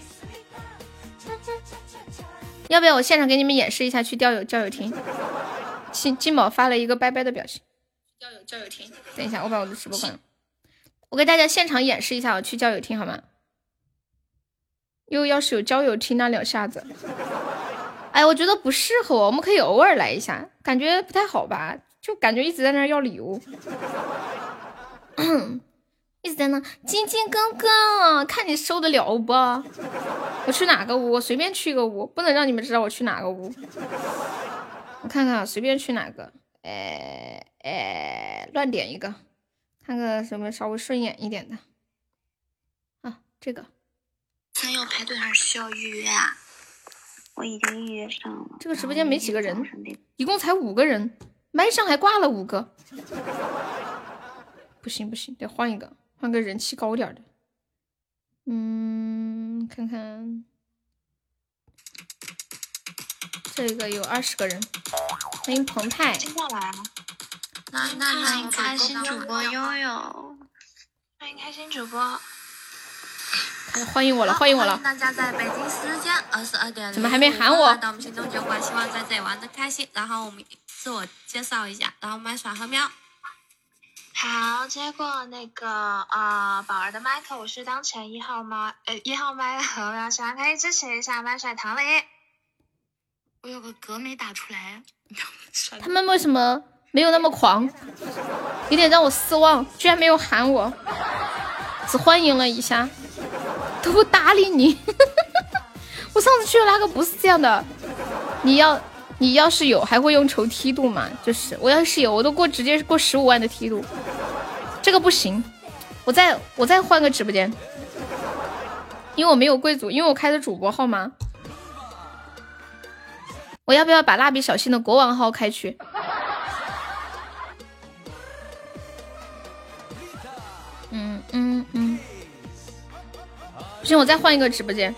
Speaker 1: 要不要我现场给你们演示一下去交友交友厅？金金宝发了一个拜拜的表情。交友交友厅，等一下，我把我的直播关了。我给大家现场演示一下我去交友厅好吗？又要是有交友厅那两下子，哎，我觉得不适合我，我们可以偶尔来一下，感觉不太好吧？就感觉一直在那儿要礼物，一直在那，晶晶哥哥，看你受得了不？我去哪个屋？我随便去一个屋，不能让你们知道我去哪个屋。我看看，随便去哪个，哎哎，乱点一个，看个什么稍微顺眼一点的。啊，这个。
Speaker 3: 餐要排队还是需要预约啊？我已经预约上了。
Speaker 1: 这个直播间没几个人，一共才五个人，麦上还挂了五个。不行不行，得换一个，换个人气高点的。嗯，看看这个有二十个人，欢迎澎湃。
Speaker 3: 接下来，那那欢迎开心主播悠悠，欢迎开心主播。
Speaker 1: 欢迎我了，欢迎我了！
Speaker 3: 大家在北京时间二十二点，
Speaker 1: 怎么还没喊我？
Speaker 3: 到我们心中酒馆，希望在这里玩的开心。然后我们自我介绍一下，然后麦耍和喵。
Speaker 4: 好，接过那个呃宝儿的麦克，我是当前一号麦，呃一号麦和喵，喜欢可以支持一下麦甩糖梨。
Speaker 3: 我有个格没打出来，
Speaker 1: 他们为什么没有那么狂？有点让我失望，居然没有喊我，只欢迎了一下，都不搭理你。我上次去的那个不是这样的，你要你要是有还会用仇梯度吗？就是我要是有，我都过直接过十五万的梯度，这个不行。我再我再换个直播间，因为我没有贵族，因为我开的主播号吗？我要不要把蜡笔小新的国王号开去？嗯嗯嗯，不行，我再换一个直播间。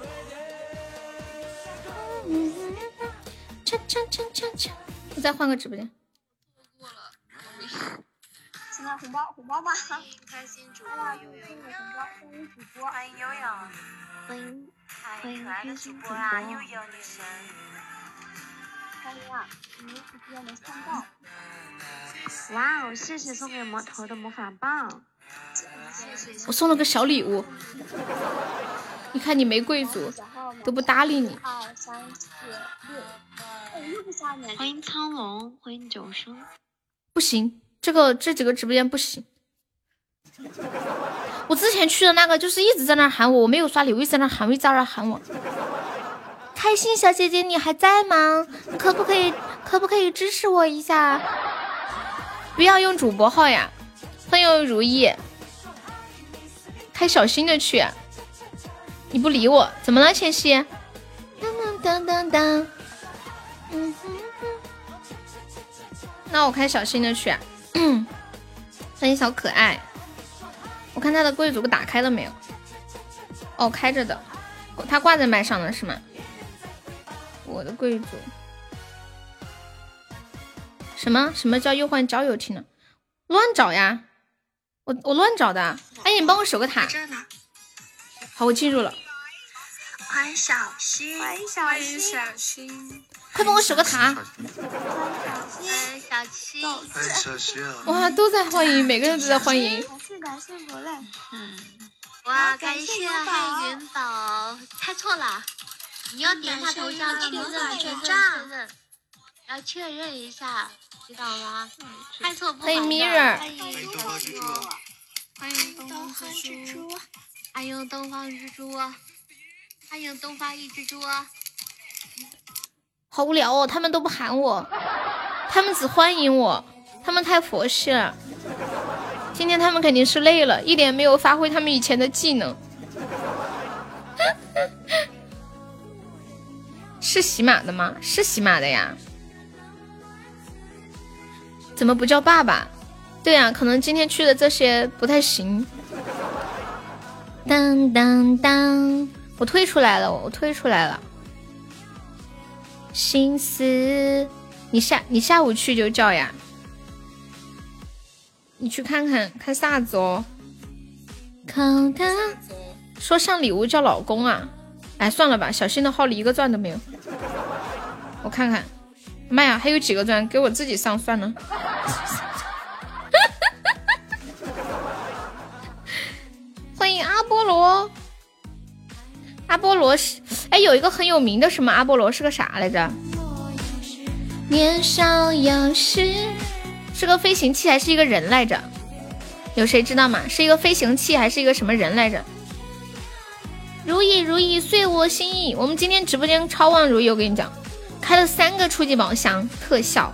Speaker 1: 锵锵锵锵锵！我再换个直播间。
Speaker 4: 过了，现在红包红包吧！开心主播悠悠，欢迎主播，欢迎悠悠，欢迎欢迎可爱的主播啊，悠悠女神。欢迎啊！你们直播没看到。哇哦！谢谢送给魔头的魔法棒。
Speaker 1: 我送了个小礼物。你看你没贵族，都不搭理你。
Speaker 4: 二三四六。欢迎苍龙，欢迎九生。
Speaker 1: 不行，这个这几个直播间不行。我之前去的那个就是一直在那喊我，我没有刷礼物，一直在那喊我，一直在那喊我。开心小姐姐，你还在吗？可不可以可不可以支持我一下？不要用主播号呀。欢迎如意，开小新的去。你不理我，怎么了，千玺？当当当当。嗯哼哼，那我开小新的去、啊。欢迎小可爱，我看他的贵族打开了没有？哦，开着的，他挂在麦上的是吗？我的贵族，什么什么叫又换交友厅呢？乱找呀，我我乱找的。哎，你帮我守个塔。好，我进入了。
Speaker 4: 欢迎小新，欢迎小新。
Speaker 1: 快帮我守个塔！
Speaker 4: 哎，小七，
Speaker 5: 哎，小七啊！
Speaker 1: 哇，都在欢迎，每个人都在欢迎。
Speaker 4: 嗯，哇，感谢海云宝，猜错了，你要点他头像确认确认确认，要确认一下，知道吗？猜错不好的。
Speaker 1: 欢迎 Mirror，
Speaker 4: 欢迎东方之珠，欢迎东方之珠，欢迎东方之珠，欢迎东方一只猪。
Speaker 1: 好无聊哦，他们都不喊我，他们只欢迎我，他们太佛系了。今天他们肯定是累了，一点没有发挥他们以前的技能。是喜马的吗？是喜马的呀。怎么不叫爸爸？对呀、啊，可能今天去的这些不太行。当当当，我退出来了，我退出来了。心思，你下你下午去就叫呀，你去看看看啥子哦？看看，说上礼物叫老公啊？哎，算了吧，小新的号里一个钻都没有。我看看，妈呀，还有几个钻，给我自己上算了。欢迎阿波罗。阿波罗是，哎，有一个很有名的什么阿波罗是个啥来着？年少有时是个飞行器还是一个人来着？有谁知道吗？是一个飞行器还是一个什么人来着？如意如意遂我心意。我们今天直播间超旺如意，我跟你讲，开了三个初级宝箱特效。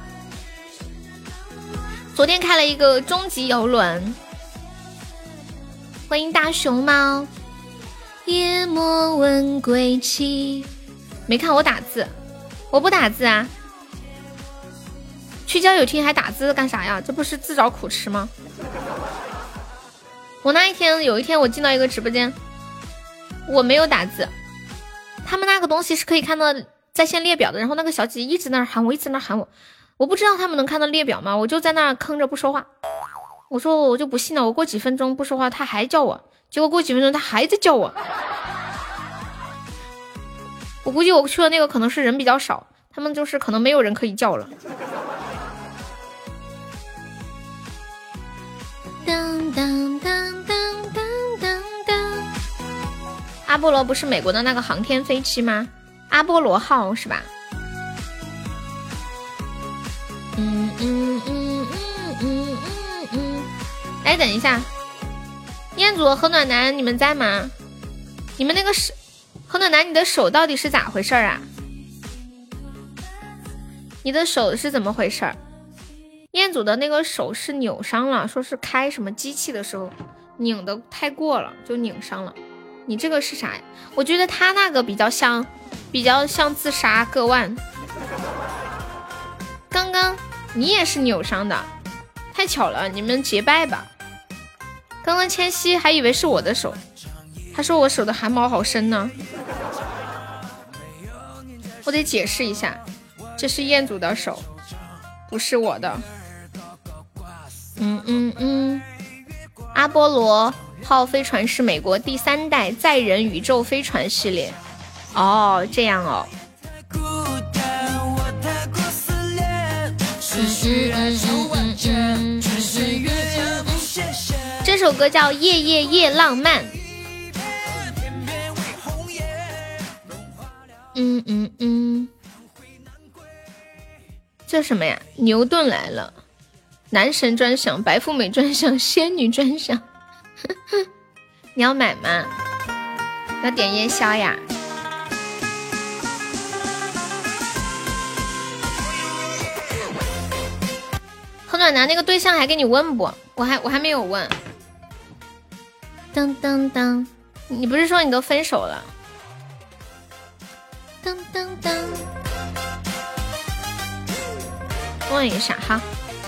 Speaker 1: 昨天开了一个终极游轮。欢迎大熊猫。夜莫问归期，没看我打字，我不打字啊。去交友厅还打字干啥呀？这不是自找苦吃吗？我那一天有一天我进到一个直播间，我没有打字，他们那个东西是可以看到在线列表的，然后那个小姐姐一直在那喊我，一直在那喊我，我不知道他们能看到列表吗？我就在那吭着不说话。我说我就不信了，我过几分钟不说话，他还叫我，结果过几分钟他还在叫我。我估计我去的那个可能是人比较少，他们就是可能没有人可以叫了。 当当当当当当当。阿波罗不是美国的那个航天飞机吗？阿波罗号是吧？嗯嗯嗯嗯嗯嗯嗯。哎，等一下，彦祖和暖男，你们在吗？你们那个手，和暖男，你的手到底是咋回事啊？你的手是怎么回事？彦祖的那个手是扭伤了，说是开什么机器的时候拧的太过了，就拧伤了。你这个是啥呀？我觉得他那个比较像，比较像自杀割腕。刚刚你也是扭伤的，太巧了，你们结拜吧。刚刚千玺还以为是我的手，他说我手的汗毛好深呢。我得解释一下，这是彦祖的手，不是我的。嗯嗯嗯，阿波罗号飞船是美国第三代载人宇宙飞船系列。哦，这样哦。这首歌叫《夜夜夜浪漫》。嗯嗯嗯，这什么呀？牛顿来了，男神专享，白富美专享，仙女专享。你要买吗？要点夜宵呀？何暖男那个对象还给你问不？我还我还没有问。当当当，你不是说你都分手了？当当当，问一下哈。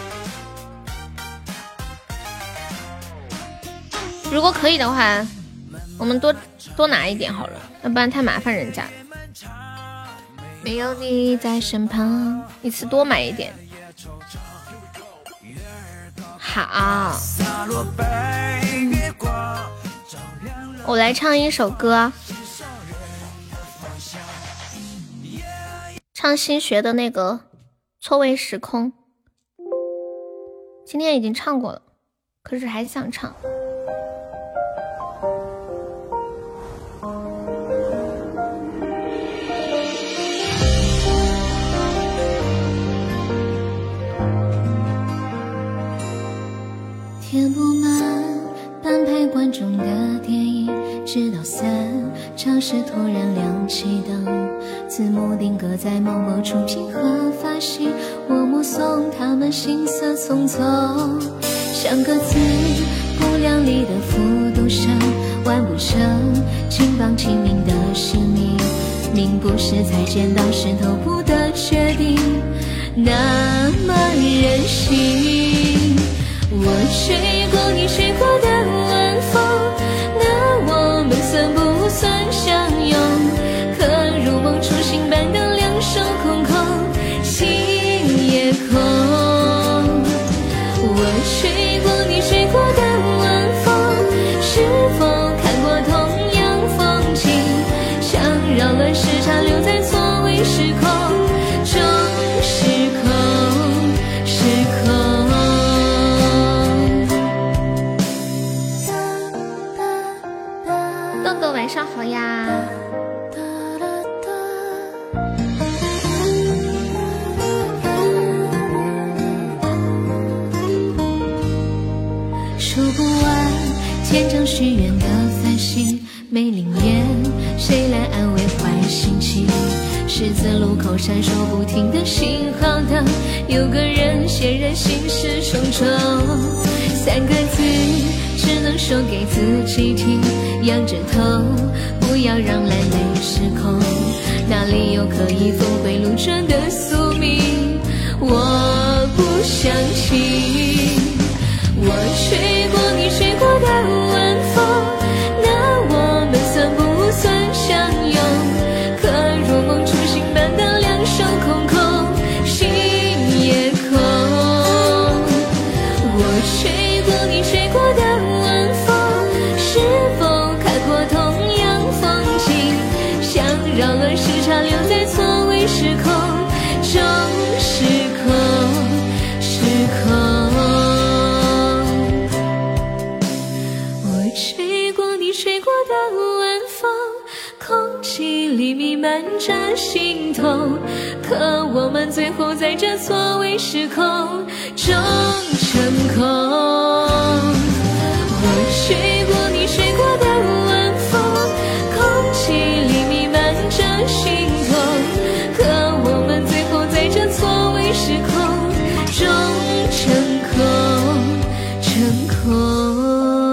Speaker 1: 如果可以的话，我们多多拿一点好了，要不然太麻烦人家了。没有你在身旁，一次多买一点。好，我来唱一首歌，唱新学的那个错位时空。今天已经唱过了，可是还想唱。
Speaker 5: 填不满半排观众的电影，直到散场时突然亮起灯，字幕定格在某某出品和发行，我目送他们行色匆匆，像个字不量力的复读生，完不成金榜题名的使命，命不是才见到石头布的决定，那么任性。我吹过你吹过的晚风，那我们算不算相拥？可如梦初醒般的两手空空，心也空。我吹过你吹过的晚风，是否看过同样风景？像扰乱时差留在错位时空中，时空时空。
Speaker 1: 晚上好呀，
Speaker 5: 数不完天真许愿的繁星，没灵验，谁来安慰坏心情？十字路口闪烁不停的信号灯，有个人显然心事重重，三个字只能说给自己听，仰着头不要让眼泪失控，哪里有可以峰回路转的宿命，我不相信。我吹过你吹过的晚风，那我们算不算相拥？可如梦初醒般的两手空空，心也空。我吹过你吹过的晚风，是否看过同样风景？像扰乱时差留在错位时空中，时空时空。 里弥漫着心痛，可我们最后在这错位时空中成空。我吹过你吹过的晚风，空气里弥漫着心痛，可我们最后在这错位时空中成空成空。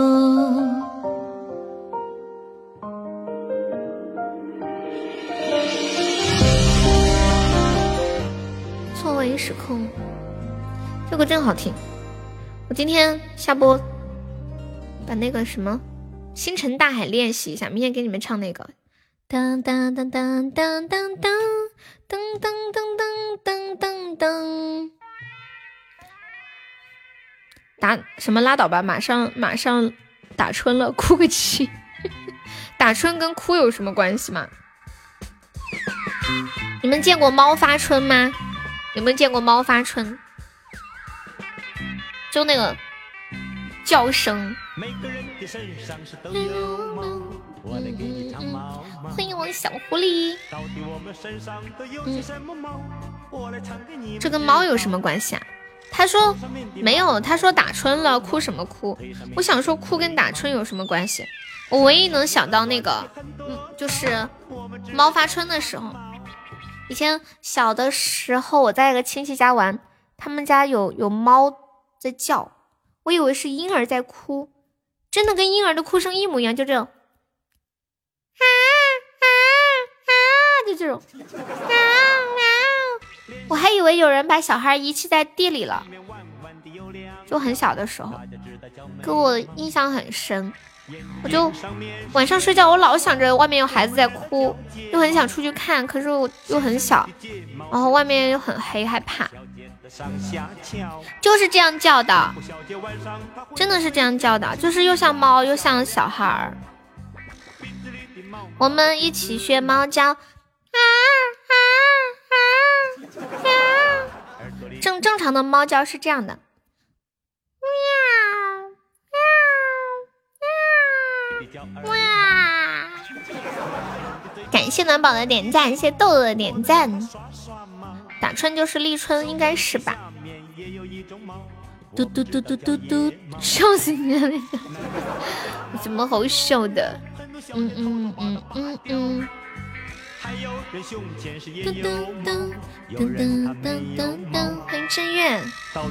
Speaker 1: 错位时空，这个真好听。我今天下播把那个什么星辰大海练习一下，明天给你们唱那个当当当当当当当当当当当当当。打什么拉倒吧，马上马上打春了，哭个泣。打春跟哭有什么关系吗？你们见过猫发春吗？有没有见过猫发春？就那个叫声。欢迎我小狐狸。嗯，这跟猫有什么关系啊？他说没有，他说打春了，哭什么哭？我想说哭跟打春有什么关系？我唯一能想到那个，嗯，就是猫发春的时候。以前小的时候，我在一个亲戚家玩，他们家有有猫在叫，我以为是婴儿在哭，真的跟婴儿的哭声一模一样，就这种，啊啊啊，就这种，啊啊，我还以为有人把小孩遗弃在地里了，就很小的时候，给我印象很深。我就晚上睡觉，我老想着外面有孩子在哭，又很想出去看，可是我又很小，然后外面又很黑，害怕。就是这样叫的，真的是这样叫的，就是又像猫又像小孩儿。我们一起学猫叫，啊啊啊啊！正正常的猫叫是这样的，喵。哇！感谢暖宝的点赞，谢谢豆豆的点赞。打春就是立春，应该是吧？嘟嘟嘟嘟嘟嘟，笑死你了！那个怎么好笑的？嗯嗯嗯嗯嗯。噔噔噔噔噔噔噔噔，欢迎正月。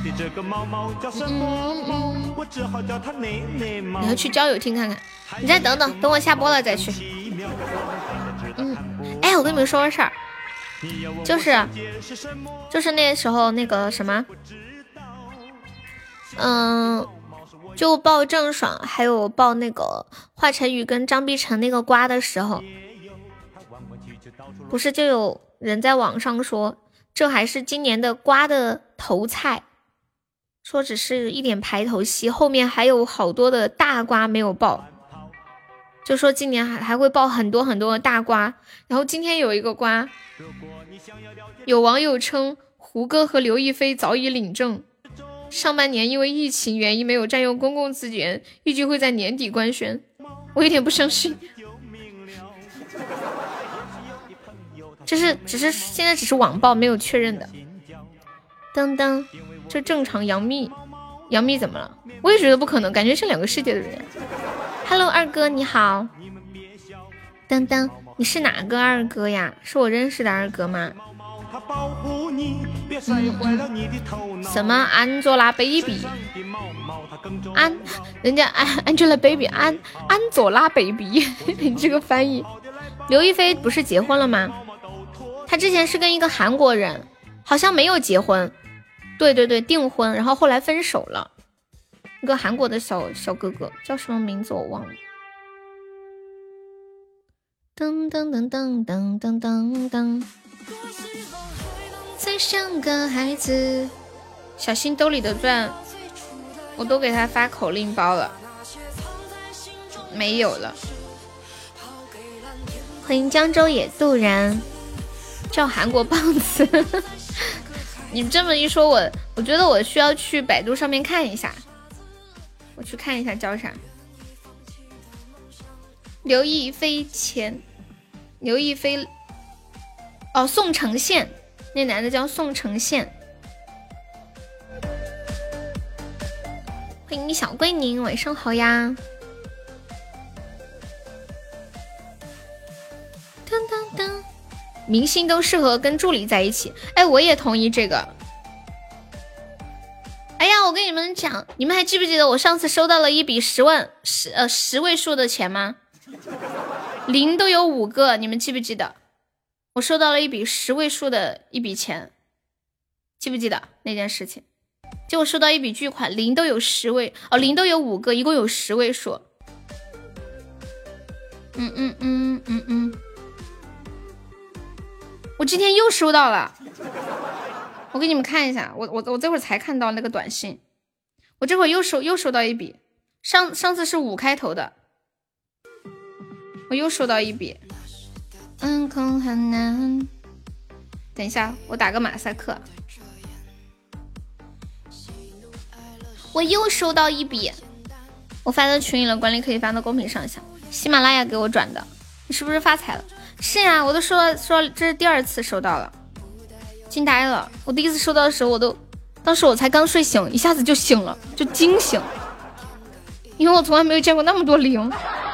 Speaker 1: 嗯嗯，你要去交友厅看看。你再等等，等我下播了再去。嗯，哎，我跟你们说个事儿，就是就是那时候那个什么，嗯、呃，就报郑爽还有报那个华晨宇跟张碧晨那个瓜的时候。不是就有人在网上说这还是今年的瓜的头菜，说只是一点排头戏，后面还有好多的大瓜没有爆，就说今年还还会爆很多很多的大瓜。然后今天有一个瓜，有网友称胡歌和刘亦菲早已领证，上半年因为疫情原因没有占用公共资源，预计会在年底官宣。我有点不相信，这是只是现在只是网暴，没有确认的。噔噔，这正常。杨幂，杨幂怎么了？我也觉得不可能，感觉是两个世界的人。Hello， 二哥你好。噔噔，你是哪个二哥呀？是我认识的二哥吗？嗯嗯，什么 Angelababy？ 安，人家 Angelababy 安安佐拉 baby， 你这个翻译。刘亦菲不是结婚了吗？她之前是跟一个韩国人，好像没有结婚，对对对，订婚，然后后来分手了。一个韩国的小小哥哥叫什么名字我忘了。噔噔噔噔噔噔噔噔，再像个孩子，小心兜里的钻，我都给他发口令包了，没有了。欢迎江州野渡然，叫韩国棒子。你这么一说，我我觉得我需要去百度上面看一下，我去看一下叫啥。刘亦菲前，刘亦菲哦，宋承宪，那男的叫宋承宪。欢迎小桂宁，晚上好呀。噔噔噔，明星都适合跟助理在一起。哎，我也同意这个。哎呀，我跟你们讲，你们还记不记得我上次收到了一笔十万十呃十位数的钱吗？零都有五个，你们记不记得？我收到了一笔十位数的一笔钱，记不记得那件事情？就我收到一笔巨款，零都有十位哦，零都有五个，一共有十位数。嗯嗯嗯嗯嗯，我今天又收到了，我给你们看一下，我我我这会儿才看到那个短信，我这会儿又收又收到一笔，上上次是五开头的，我又收到一笔。嗯，空很难。等一下，我打个马赛克。我又收到一笔，我发到群里了，管理可以发到公屏上一下。喜马拉雅给我转的，你是不是发财了？是呀，我都收到，收到，这是第二次收到了，惊呆了。我第一次收到的时候，我都，当时我才刚睡醒，一下子就醒了，就惊醒，因为我从来没有见过那么多零。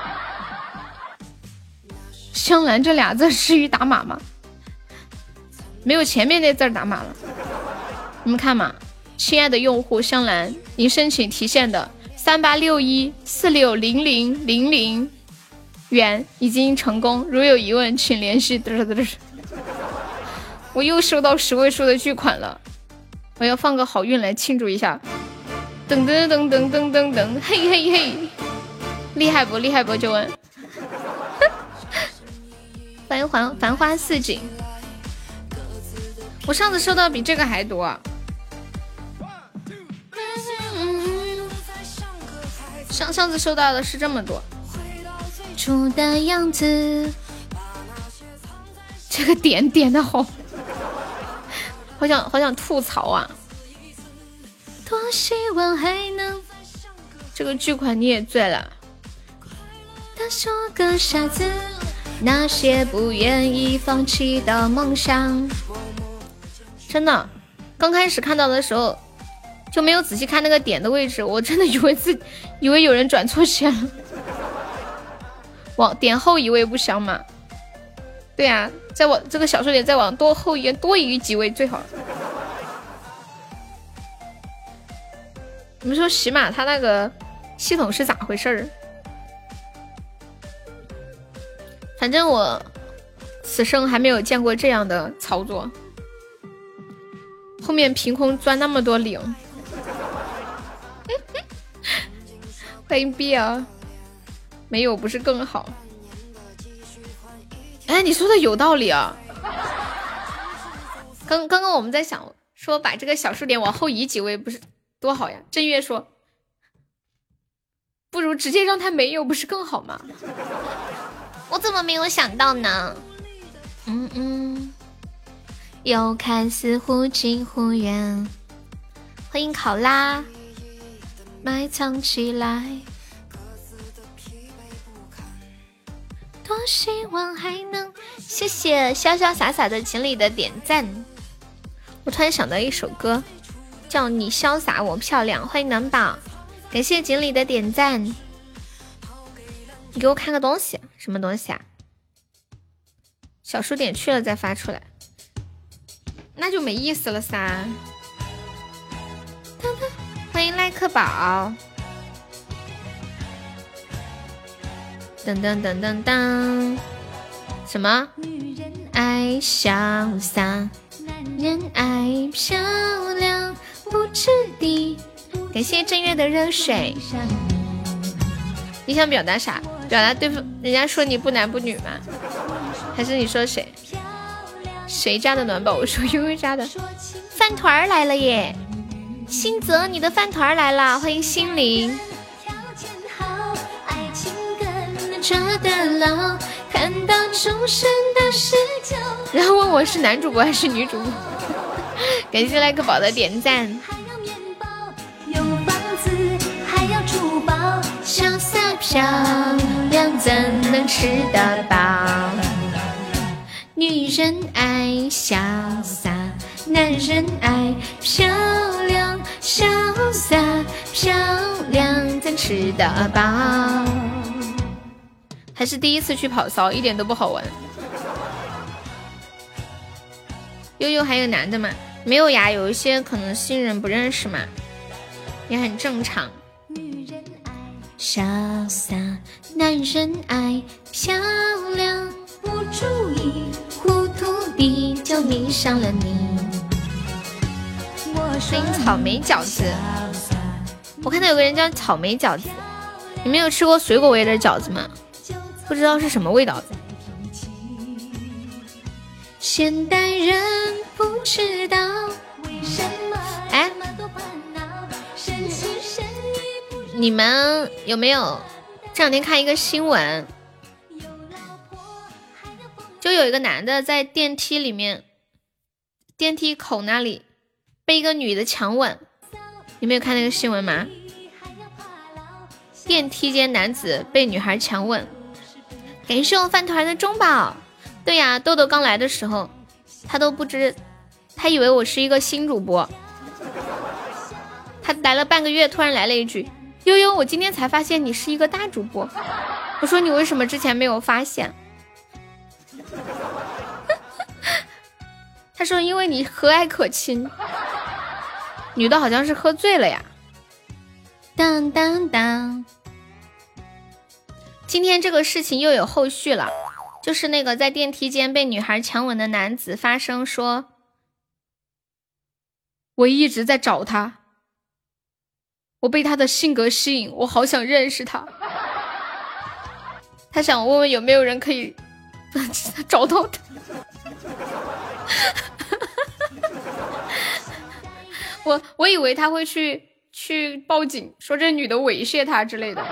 Speaker 1: 香兰这俩字适于打码吗？没有前面那字打码了。你们看嘛，亲爱的用户香兰，您申请提现的三八六一四六零零零零元已经成功，如有疑问请联系。我又收到十位数的巨款了，我要放个好运来庆祝一下。噔噔噔噔噔噔噔，嘿嘿嘿，厉害不厉害不？就问。欢迎繁繁花似锦，我上次收到比这个还多。上上次收到的是这么多。猪的样子，这个点点的好，好想好想吐槽啊！多希望还能，这个巨款你也醉了。他说个傻子。那些不愿意放弃的梦想，真的，刚开始看到的时候就没有仔细看那个点的位置，我真的以为自以为有人转错钱了。往点后一位不香吗？对啊，再往这个小数点再往多后一多移几位最好。你们说喜马它那个系统是咋回事儿？反正我此生还没有见过这样的操作，后面凭空钻那么多零。欢迎 B 啊，没有不是更好？哎，你说的有道理啊！刚刚刚我们在想说把这个小数点往后移几位，不是多好呀？正月说，不如直接让他没有，不是更好吗？我怎么没有想到呢？嗯嗯，又看似忽近忽远。欢迎考拉，埋藏起来。多希望还能，谢谢潇潇洒洒的锦鲤的点赞。我突然想到一首歌，叫你潇洒我漂亮。欢迎暖宝，感谢锦鲤的点赞。你给我看个东西，什么东西啊？小数点去了再发出来，那就没意思了噻。欢迎赖克宝，噔噔噔噔噔，什么？女人爱潇洒，男人爱漂亮，不知地。感谢正月的热水。你想表达啥？表达对方人家说你不男不女吗？还是你说谁？谁家的暖宝？我说悠悠家的。饭团来了耶！新泽，你的饭团来了，欢迎心灵。然后问我是男主播还是女主播？感谢赖克宝的点赞。潇洒漂亮怎能吃得饱？
Speaker 5: 女人爱潇洒，男人爱漂亮，潇洒漂亮，咱吃得饱。
Speaker 1: 还是第一次去跑骚，一点都不好玩。悠悠还有男的吗？没有呀，有一些可能新人不认识嘛，也很正常。
Speaker 5: 女人爱潇洒，男人爱漂亮，不注意糊涂地就迷上了你。
Speaker 1: 欢迎草莓饺子，我看到有个人叫草莓饺子，你们有吃过水果味的饺子吗？不知道是什么味道的。
Speaker 5: 现代人不知道为什么
Speaker 1: 哎，你们有没有这两天看一个新闻，就有一个男的在电梯里面，电梯口那里被一个女的强吻，你们有看那个新闻吗？电梯间男子被女孩强吻。感谢我饭团的中宝。对呀，豆豆刚来的时候他都不知，他以为我是一个新主播，他来了半个月突然来了一句，悠悠我今天才发现你是一个大主播。我说你为什么之前没有发现？他说因为你和蔼可亲。女的好像是喝醉了呀。当当当，今天这个事情又有后续了，就是那个在电梯间被女孩强吻的男子发声说，我一直在找他，我被他的性格吸引，我好想认识他。他想问问有没有人可以找到他。我我以为他会去去报警，说这女的猥亵他之类的。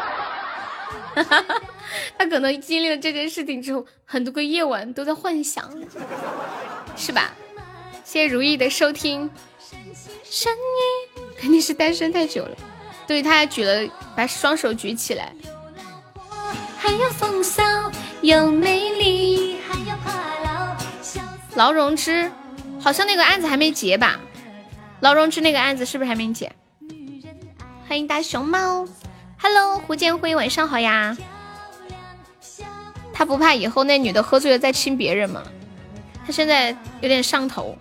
Speaker 1: 他可能经历了这件事情之后，很多个夜晚都在幻想，是吧？谢谢如意的收听。深夜肯定是单身太久了。对，他还举了，把双手举起来。
Speaker 5: 还要风骚又美丽，还要怕老。
Speaker 1: 劳荣枝，好像那个案子还没结吧？劳荣枝那个案子是不是还没结？欢迎大熊猫 ，Hello， 胡建辉，晚上好呀。他不怕以后那女的喝醉了再亲别人吗？他现在有点上头。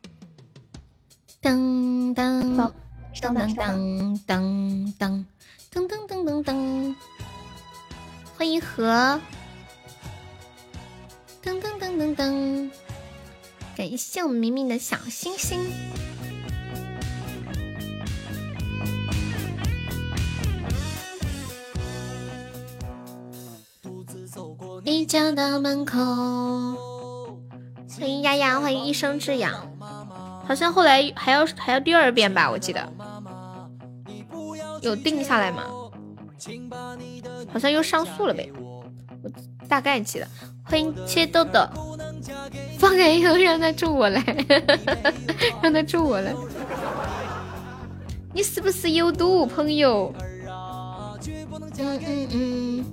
Speaker 1: 噔噔噔噔噔噔噔噔噔噔噔噔，欢迎何，噔噔噔噔噔，感谢我们明明的小星星。一家到门口，欢迎丫丫，欢迎一生之痒。好像后来还要还要第二遍吧，我记得有定下来吗？好像又上诉了呗，我大概记得。欢迎切豆豆，放开以后让他助我来，让他助我来。你是不是有毒，朋友？嗯嗯嗯。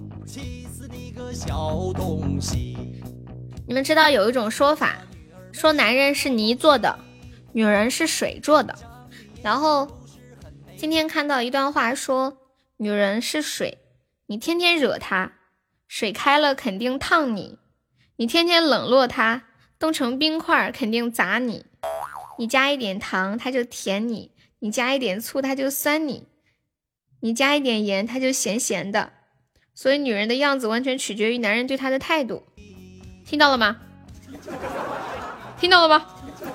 Speaker 1: 你们知道有一种说法，说男人是泥做的，女人是水做的。然后今天看到一段话说，女人是水，你天天惹她，水开了肯定烫你；你天天冷落她，冻成冰块肯定砸你。你加一点糖，她就甜你；你加一点醋，她就酸你；你加一点盐，她就咸咸的。所以女人的样子完全取决于男人对她的态度。听到了吗？听到了吗？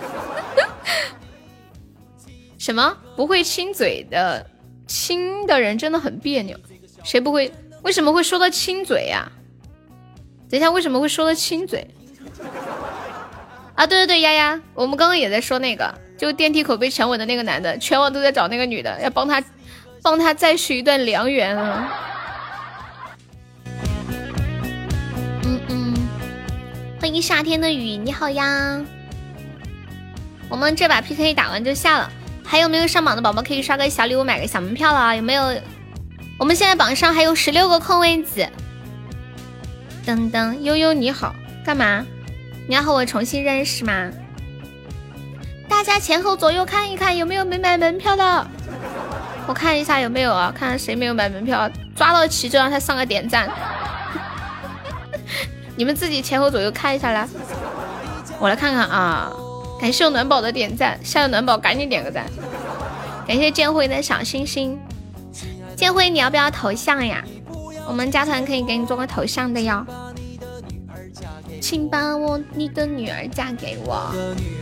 Speaker 1: 什么不会亲嘴的亲的人真的很别扭？谁不会？为什么会说到亲嘴呀、啊？等一下，为什么会说到亲嘴？啊，对对对，丫丫，我们刚刚也在说那个，就电梯口被强吻的那个男的，全网都在找那个女的，要帮他帮他再续一段良缘啊。嗯嗯，欢迎夏天的雨，你好呀。我们这把 P K 打完就下了，还有没有上榜的宝宝可以刷个小礼物买个小门票了？有没有？我们现在榜上还有十六个空位子。噔噔，悠悠你好，干嘛？ 你要和我重新认识吗？大家前后左右看一看有没有没买门票的，我看一下有没有啊，看看谁没有买门票，抓到齐就让他上个点赞。你们自己前后左右看一下来，我来看看啊。感谢我暖宝的点赞，下个暖宝赶紧点个赞。感谢建辉的小星星。建辉你要不要头像呀？我们加团可以给你做个头像的哟。请把我你的女儿嫁给我。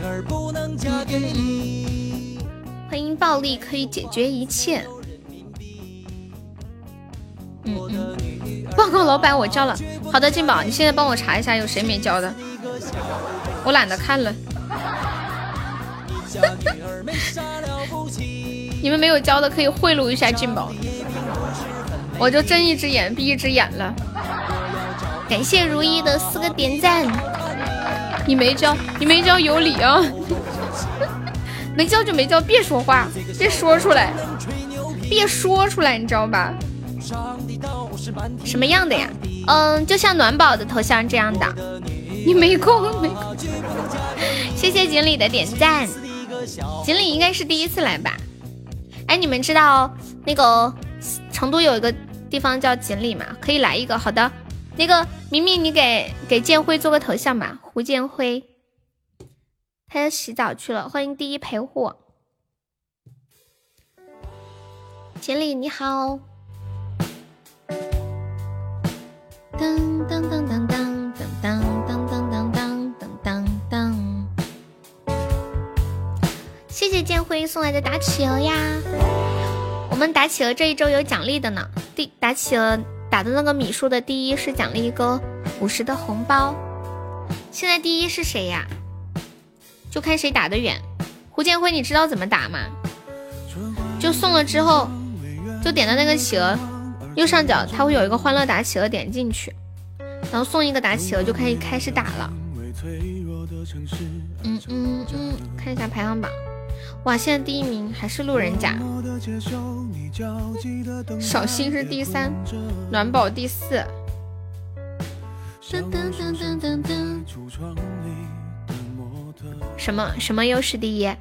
Speaker 1: 欢迎暴力可以解决一切。嗯嗯，报告老板我交了。好的，静宝，你现在帮我查一下有谁没交的，我懒得看了。你们没有交的可以贿赂一下静宝，我就睁一只眼闭一只眼了。感谢如意的四个点赞。你没交，你没交有理啊！没交就没交，别说话，别说出来，别说出来，你知道吧？什么样的呀？嗯，就像暖宝的头像这样的。你没空，没空。谢谢锦鲤的点赞。锦鲤应该是第一次来吧？哎，你们知道那个成都有一个地方叫锦鲤吗？可以来一个。好的，那个明明你给给建辉做个头像吧，胡建辉，他要洗澡去了。欢迎第一陪护。锦鲤你好。当当当当当当当当当当当当当，谢谢建辉送来的打企鹅呀！我们打企鹅这一周有奖励的呢，第打企鹅打的那个米数的第一是奖励一个五十的红包。现在第一是谁呀？就看谁打得远。胡建辉，你知道怎么打吗？就送了之后，就点到那个企鹅。右上角它会有一个欢乐打企鹅，点进去，然后送一个打企鹅就可以开始打了。嗯嗯嗯，看一下排行榜，哇，现在第一名还是路人甲，小新是第三，暖宝第四。什么什么又是第一？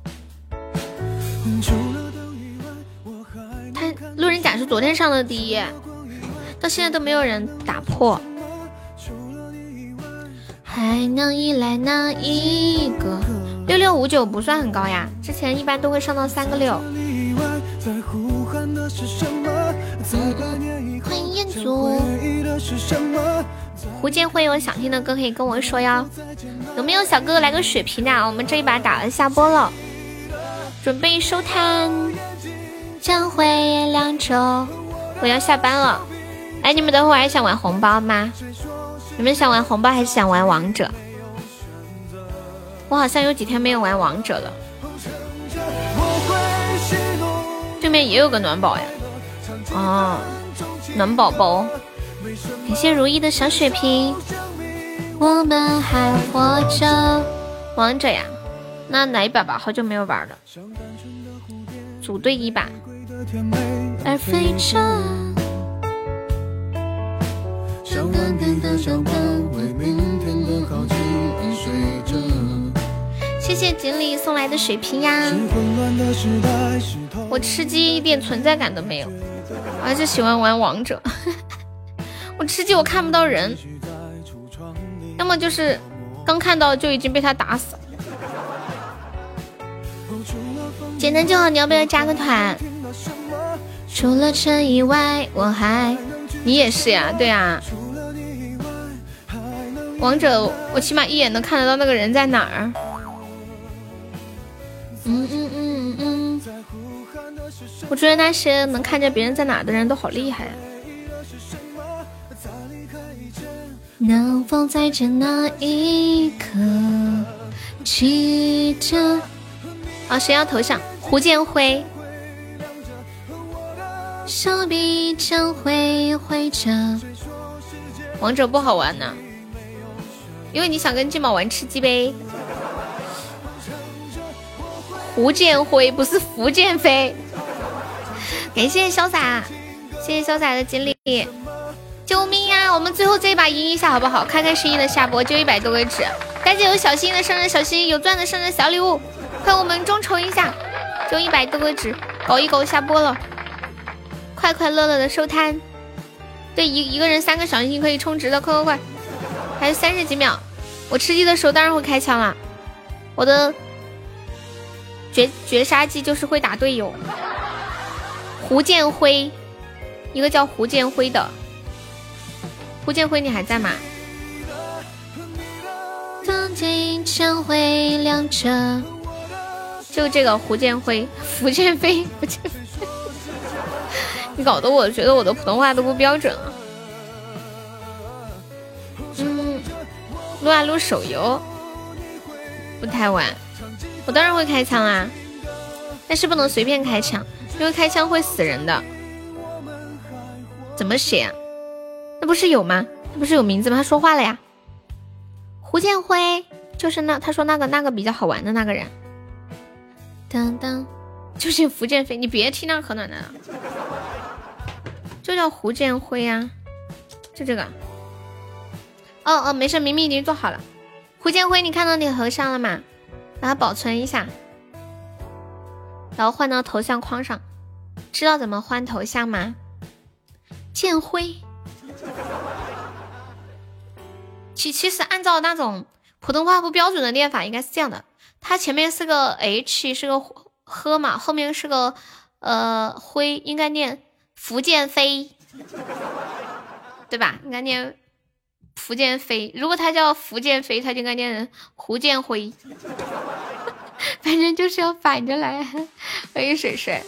Speaker 1: 他路人甲是昨天上的第一，到现在都没有人打破。还能依赖哪一个？六六五九不算很高呀，之前一般都会上到三个六。欢迎彦祖。胡建辉有想听的歌可以跟我说哟。有没有小哥哥来个血瓶的？我们这一把打了下播了，准备收摊。将会两周，我要下班了。哎，你们等会儿还想玩红包吗？你们想玩红包还是想玩王者？我好像有几天没有玩王者了。对面也有个暖宝呀。哦，暖宝宝。感谢如意的小血瓶。我们还活着。王者呀，那来一把吧，好久没有玩了。组队一把。而飞着谢谢锦鲤送来的水瓶呀！我吃鸡一点存在感都没有，我还是喜欢玩王者。我吃鸡我看不到人，要么就是刚看到就已经被他打死了。简单就好，你要不要加个团？除了这以外，我还……你也是呀？对呀。王者，我起码一眼能看得到那个人在哪儿。嗯嗯嗯嗯，我觉得那些能看见别人在哪儿的人都好厉害啊。能否在这那一刻记着？啊，谁要头像？胡建辉。手臂将会挥着。王者不好玩呢，因为你想跟金宝玩吃鸡呗。胡建辉不是福建飞。感谢潇洒，谢谢潇洒的锦鲤。救命啊！ 我们最后这一把赢一下好不好？开开心心的下播，就一百多个纸。感谢有小心的生日小心，有钻的生日小礼物，快我们众筹一下，就一百多个纸，搞一搞下播了。快快乐乐的收摊，对，一一个人三个小心可以充值的，快快快！还有三十几秒，我吃鸡的时候当然会开枪啦。我的绝绝杀技就是会打队友。胡建辉，一个叫胡建辉的。胡建辉，你还在吗？当金将会亮着，就这个胡建辉，福建飞，福建飞。你搞得我觉得我的普通话都不标准了。嗯，撸啊撸手游不太晚，我当然会开枪啦，但是不能随便开枪，因为开枪会死人的。怎么写啊？那不是有吗？那不是有名字吗？他说话了呀。胡建辉就是那，他说那个那个比较好玩的那个人。当当，就是福建飞，你别听那可暖男了，就叫胡建辉啊，就这个。哦哦，没事，明明已经做好了。胡建辉，你看到你合上了吗？把它保存一下，然后换到头像框上。知道怎么换头像吗？建辉。其其实按照那种普通话不标准的念法应该是这样的，它前面是个 H 是个呵嘛，后面是个呃辉，应该念福建飞，对吧？应该念福建飞。如果他叫福建飞，他就应该念胡建辉。反正就是要反着来。欢迎水水。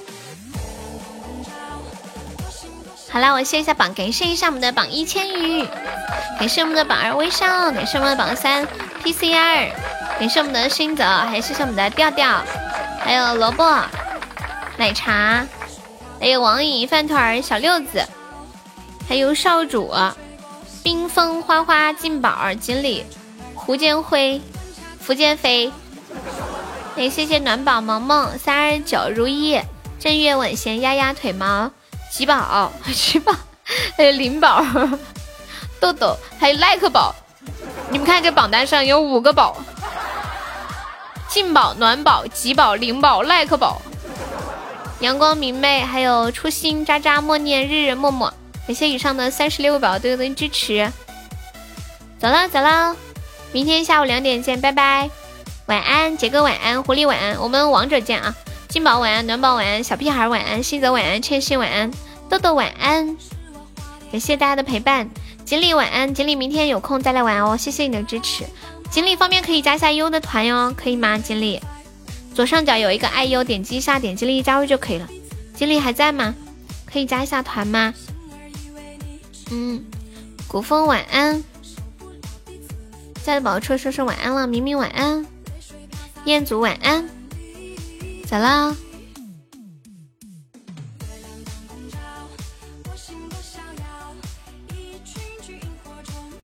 Speaker 1: 好啦，我谢一下榜，感谢一下我们的榜一千羽，感谢我们的榜二微笑，感谢我们的榜三 P C R， 感谢我们的新泽，还谢谢我们的调调，还有萝卜、奶茶，还有网瘾饭团、小六子，还有少主、冰封、花花、金宝、锦鲤、胡建辉、福建飞，也谢谢暖宝、萌萌、三二九、如意、正月、稳贤、丫丫、腿毛、吉宝、吉宝，还有灵宝、豆豆，还有赖克宝。你们看这榜单上有五个宝：劲宝、暖宝、吉宝、灵宝、赖克宝、阳光明媚，还有初心、渣渣、默念、日日、默默。感谢以上的三十六个宝对我的支持。走了走了，明天下午两点见，拜拜。晚安，杰哥晚安，狐狸晚安，我们王者见啊！金宝晚安，暖宝晚安，小屁孩晚安，新泽晚安，倩倩晚安，豆豆晚安，感谢大家的陪伴。锦鲤晚安，锦鲤明天有空再来玩哦，谢谢你的支持。锦鲤方面可以加下优的团哟，可以吗？锦鲤左上角有一个爱优，点击一下，点击立即加入就可以了。锦鲤还在吗？可以加一下团吗？嗯，古风晚安，在的宝车说声晚安了，明明晚安，彦祖晚安。走啦。